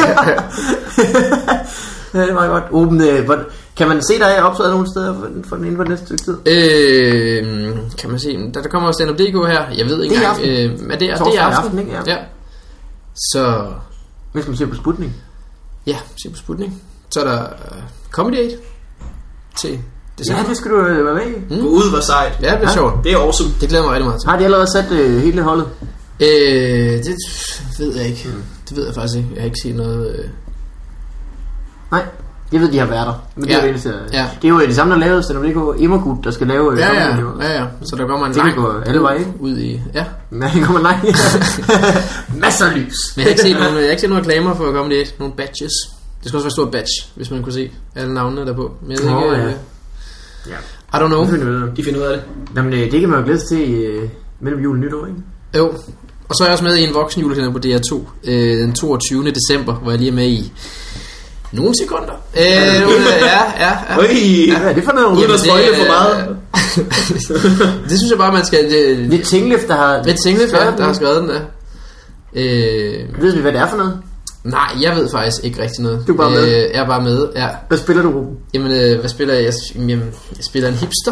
[SPEAKER 2] Ja, det er meget godt. Åben, kan man se dig optaget nogle steder for den inden for næste stykke tid?
[SPEAKER 1] Kan man se. Der kommer også stand-up.dk her. Jeg ved ikke engang. Det er aften,
[SPEAKER 2] ikke?
[SPEAKER 1] Ja. Så...
[SPEAKER 2] Hvad skal man se på Sputnik?
[SPEAKER 1] Ja, se på Sputnik. Så er der Comedy Aid til
[SPEAKER 2] Det skal du være med.
[SPEAKER 3] Gå ud, hvor sejt.
[SPEAKER 1] Ja, det bliver sjovt.
[SPEAKER 3] Det er awesome.
[SPEAKER 1] Det glæder mig rigtig meget til.
[SPEAKER 2] Har de allerede sat hele holdet?
[SPEAKER 1] Det ved jeg ikke. Det ved jeg faktisk ikke. Jeg har ikke set noget...
[SPEAKER 2] Nej, jeg ved, de har været der. Men
[SPEAKER 1] Ja.
[SPEAKER 2] det er jo de samme, der lavede SNDK Immergut, der skal lave...
[SPEAKER 1] Ja. Så der kommer en lang
[SPEAKER 2] går alle veje
[SPEAKER 1] ud i... Ja.
[SPEAKER 2] Nej, det kommer nej. Masser af lys.
[SPEAKER 1] Men jeg har ikke set nogen reklamer for at komme det. Nogle badges. Det skal også være stor badge, hvis man kunne se alle navnene derpå. Men jeg ved ikke... I don't know.
[SPEAKER 3] De finder ud af det.
[SPEAKER 2] Jamen, det kan man jo glæde sig til mellem jul og nytår, ikke?
[SPEAKER 1] Jo. Og så er jeg også med i en voksen julekalender på DR2 den 22. december, hvor jeg lige er med i nogle sekunder.
[SPEAKER 2] Ja. Hvad er det for noget?
[SPEAKER 3] Uden at spoile for meget.
[SPEAKER 1] Det synes jeg bare, man skal...
[SPEAKER 2] Lidt Tinglef, der har
[SPEAKER 1] skrevet den der.
[SPEAKER 2] Ved vi, hvad det er for noget?
[SPEAKER 1] Nej, jeg ved faktisk ikke rigtig noget.
[SPEAKER 2] Du er bare med?
[SPEAKER 1] Jeg er bare med, ja.
[SPEAKER 2] Hvad spiller du, Ruben?
[SPEAKER 1] Jamen, hvad spiller jeg? Jeg spiller en hipster.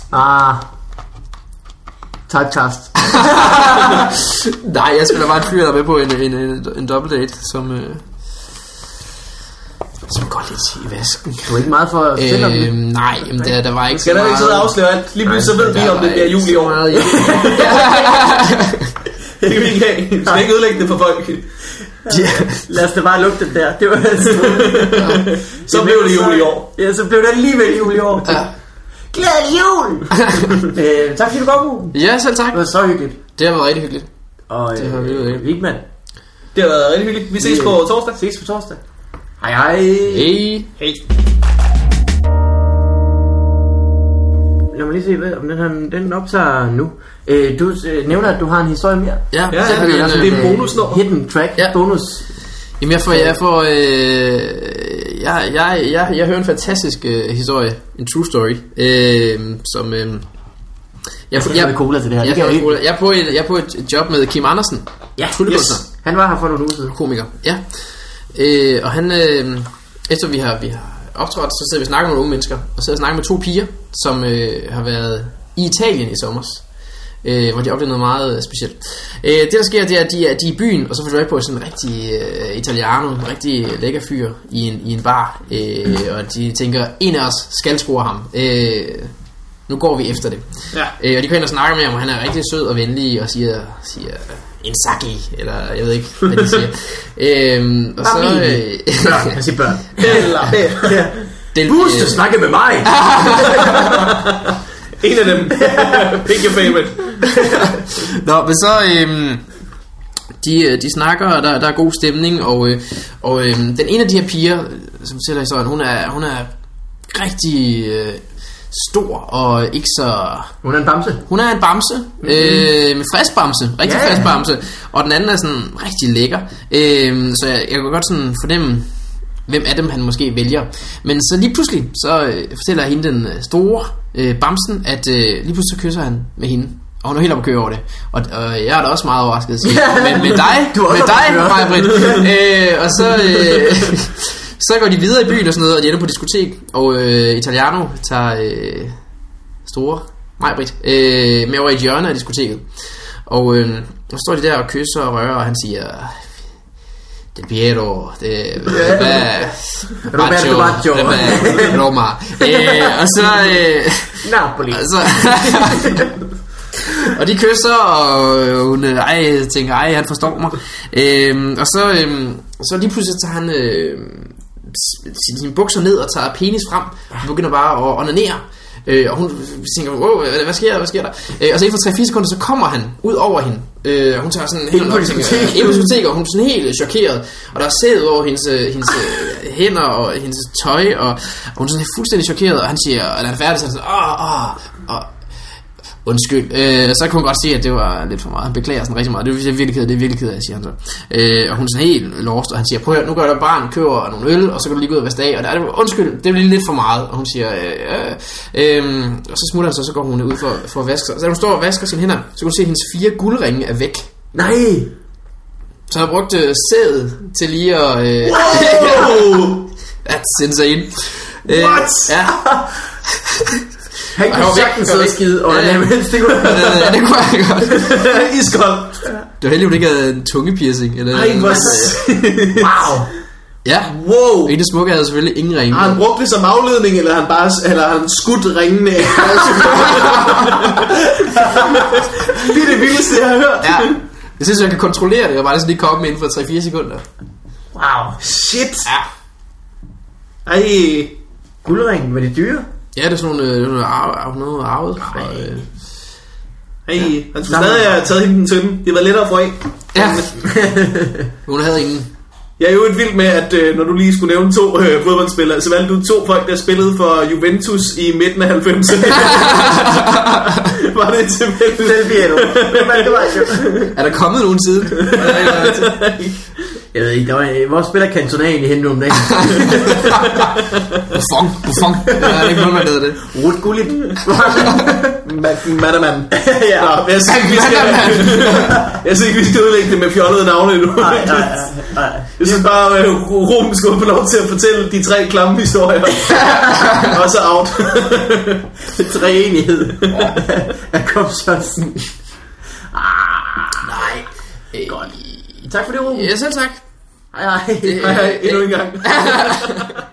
[SPEAKER 2] Typecast.
[SPEAKER 1] Nej, jeg spiller bare en fyr, der er med på en double date, som går lidt i vasken.
[SPEAKER 2] Du er ikke meget for at fortælle om det?
[SPEAKER 1] Nej, men der var ikke
[SPEAKER 3] så meget... Skal der ikke sidde og afsløre alt? Lige pludselig så ved vi, om det bliver jul i år. Det kan vi ikke have. Vi skal ikke ødelægge det for folk.
[SPEAKER 2] Lad os da bare lukke det der. Det var
[SPEAKER 3] så blev det jul i år.
[SPEAKER 2] Ja, så blev det alligevel jul i år. Ja. Glædelig jul! Tak fordi du kom, Ruben.
[SPEAKER 1] Ja, selv tak.
[SPEAKER 2] Det var så hyggeligt.
[SPEAKER 1] Det har været rigtig hyggeligt.
[SPEAKER 2] Og
[SPEAKER 1] det har været
[SPEAKER 2] Vigman.
[SPEAKER 3] Det har været rigtig hyggeligt. Vi ses på torsdag.
[SPEAKER 2] Ses på torsdag. Hej.
[SPEAKER 3] Hej.
[SPEAKER 2] Lad mig lige se, om den optager nu. Du nævner, at du har en historie mere.
[SPEAKER 1] Ja,
[SPEAKER 3] det er en bonus nu.
[SPEAKER 2] Hidden track, bonus.
[SPEAKER 1] Jamen jeg hører en fantastisk historie, en true story, som
[SPEAKER 2] jeg er cola til det her.
[SPEAKER 1] Jeg er på et job med Kim Andersen.
[SPEAKER 2] Ja, yes. Han var her for nogle uger siden.
[SPEAKER 1] Komiker. Ja. Og han efter vi har optrådt, så sidder vi og snakker med nogle unge mennesker, og så snakker med to piger, som har været i Italien i sommer. Hvor de oplevede noget meget specielt. Det der sker, det er, at de er i byen, og så får du på sådan en rigtig italiano, en rigtig lækker fyr i en bar, og de tænker, en af os skal score ham. Nu går vi efter det. Ja. Og de går ind og snakker med ham, og han er rigtig sød og venlig og siger en saki, eller jeg ved ikke, hvad de siger. Og så...
[SPEAKER 2] børn, jeg siger børn.
[SPEAKER 3] Husk at snakke med mig! En af dem. Pick your favorite.
[SPEAKER 1] Nå, men så... De snakker, og der er god stemning, og den ene af de her piger, som fortæller historien, hun er rigtig... stor og ikke så...
[SPEAKER 2] Hun er en bamse.
[SPEAKER 1] Hun er en bamse, med frisk bamse, rigtig frisk bamse, og den anden er sådan rigtig lækker. Så jeg kan godt sådan fornemme, hvem af dem han måske vælger. Men så lige pludselig, så fortæller hende den store bamsen, at lige pludselig så kysser han med hende. Og hun er helt oppe at køre over det. Og jeg er da også meget overrasket. Med dig, Maj-Britt. Og så går de videre i byen og sådan noget, og de ender på diskotek, og Italiano tager store Maj-Britt med over i et hjørne af diskoteket. Og så står de der og kysser og rører, og han siger... Del Piero,
[SPEAKER 2] Roberto Baggio,
[SPEAKER 1] Roma. Og så...
[SPEAKER 2] Napoli.
[SPEAKER 1] Og de kysser, og hun tænker, han forstår mig. Og så lige pludselig tager han sine bukser ned og tager penis frem, og begynder bare at onanere. Og hun tænker, wow, hvad sker der? Og så inden for 3-4 sekunder, så kommer han ud over hende. Hun tager sådan helt på diskotek, og hun er sådan helt chokeret. Og der er sæd over hendes hænder og hendes tøj, og hun er sådan fuldstændig chokeret. Og han siger, eller han er færdig, sådan, undskyld. Så kunne hun godt sige, at det var lidt for meget. Han beklager sådan rigtig meget. Det er virkelig ked af, siger han så. Og hun er sådan helt lost, og han siger, prøv at nu gør der barn, køber nogle øl, og så kan du lige gå ud og vaske af. Og der er det, undskyld, det bliver lidt for meget. Og hun siger, og så smutter han så går hun ud for at vaske sig. Så da hun står og vasker sine hænder, så kan du se, at hendes 4 guldringe er væk.
[SPEAKER 2] Nej!
[SPEAKER 1] Så han har brugt sædet til lige at... That's insane.
[SPEAKER 2] What?
[SPEAKER 1] Ja.
[SPEAKER 2] Han kunne sagtens sidde og skide, og det kunne
[SPEAKER 1] jeg godt.
[SPEAKER 3] Iskold.
[SPEAKER 1] Det var heldigt, hun ikke havde en tungepiercing.
[SPEAKER 2] Ej, wow.
[SPEAKER 1] Ja.
[SPEAKER 3] Wow.
[SPEAKER 1] Ikke det smukke havde selvfølgelig ingen ringe.
[SPEAKER 3] Har han brugt det som afledning, eller har han skudt ringene af? Det er det vildeste, jeg har hørt.
[SPEAKER 1] Ja. Jeg synes, jeg kan kontrollere det. Jeg bare lige komme inden for 3-4 sekunder.
[SPEAKER 2] Wow.
[SPEAKER 3] Shit.
[SPEAKER 1] Ja.
[SPEAKER 3] Ej.
[SPEAKER 2] Guldringen, var det dyre?
[SPEAKER 1] Ja, det er sådan noget arvet fra...
[SPEAKER 3] Ej, han skulle stadig have taget hende den til dem. Det var lettere for en.
[SPEAKER 1] Ja. Hun havde ingen.
[SPEAKER 3] Jeg er jo et vildt med, at når du lige skulle nævne 2 fodboldspillere, så valgte du 2 folk, der spillede for Juventus i midten af 90'erne. Var det tilfældigt?
[SPEAKER 2] Selvbjerg.
[SPEAKER 1] Er der kommet nogen siden?
[SPEAKER 2] Jeg ved ikke, hvor spiller Cantona egentlig henne om dagen?
[SPEAKER 1] Buffon. Jeg har ikke noget, man hedder det.
[SPEAKER 2] Ruud Gullit.
[SPEAKER 3] Madaman.
[SPEAKER 2] Ja.
[SPEAKER 3] Nå, jeg synes ikke, vi skal udlægge det med fjollede navne endnu.
[SPEAKER 2] Nej.
[SPEAKER 3] Jeg synes bare, at Ruben skulle få lov til at fortælle de 3 klamme historier. Og så out.
[SPEAKER 2] Træenighed. Jeg kom sådan.
[SPEAKER 1] Nej.
[SPEAKER 2] Godt. Tak for det, Ruben.
[SPEAKER 1] Ja, selv tak.
[SPEAKER 2] Hej.
[SPEAKER 3] Hej, endnu en gang.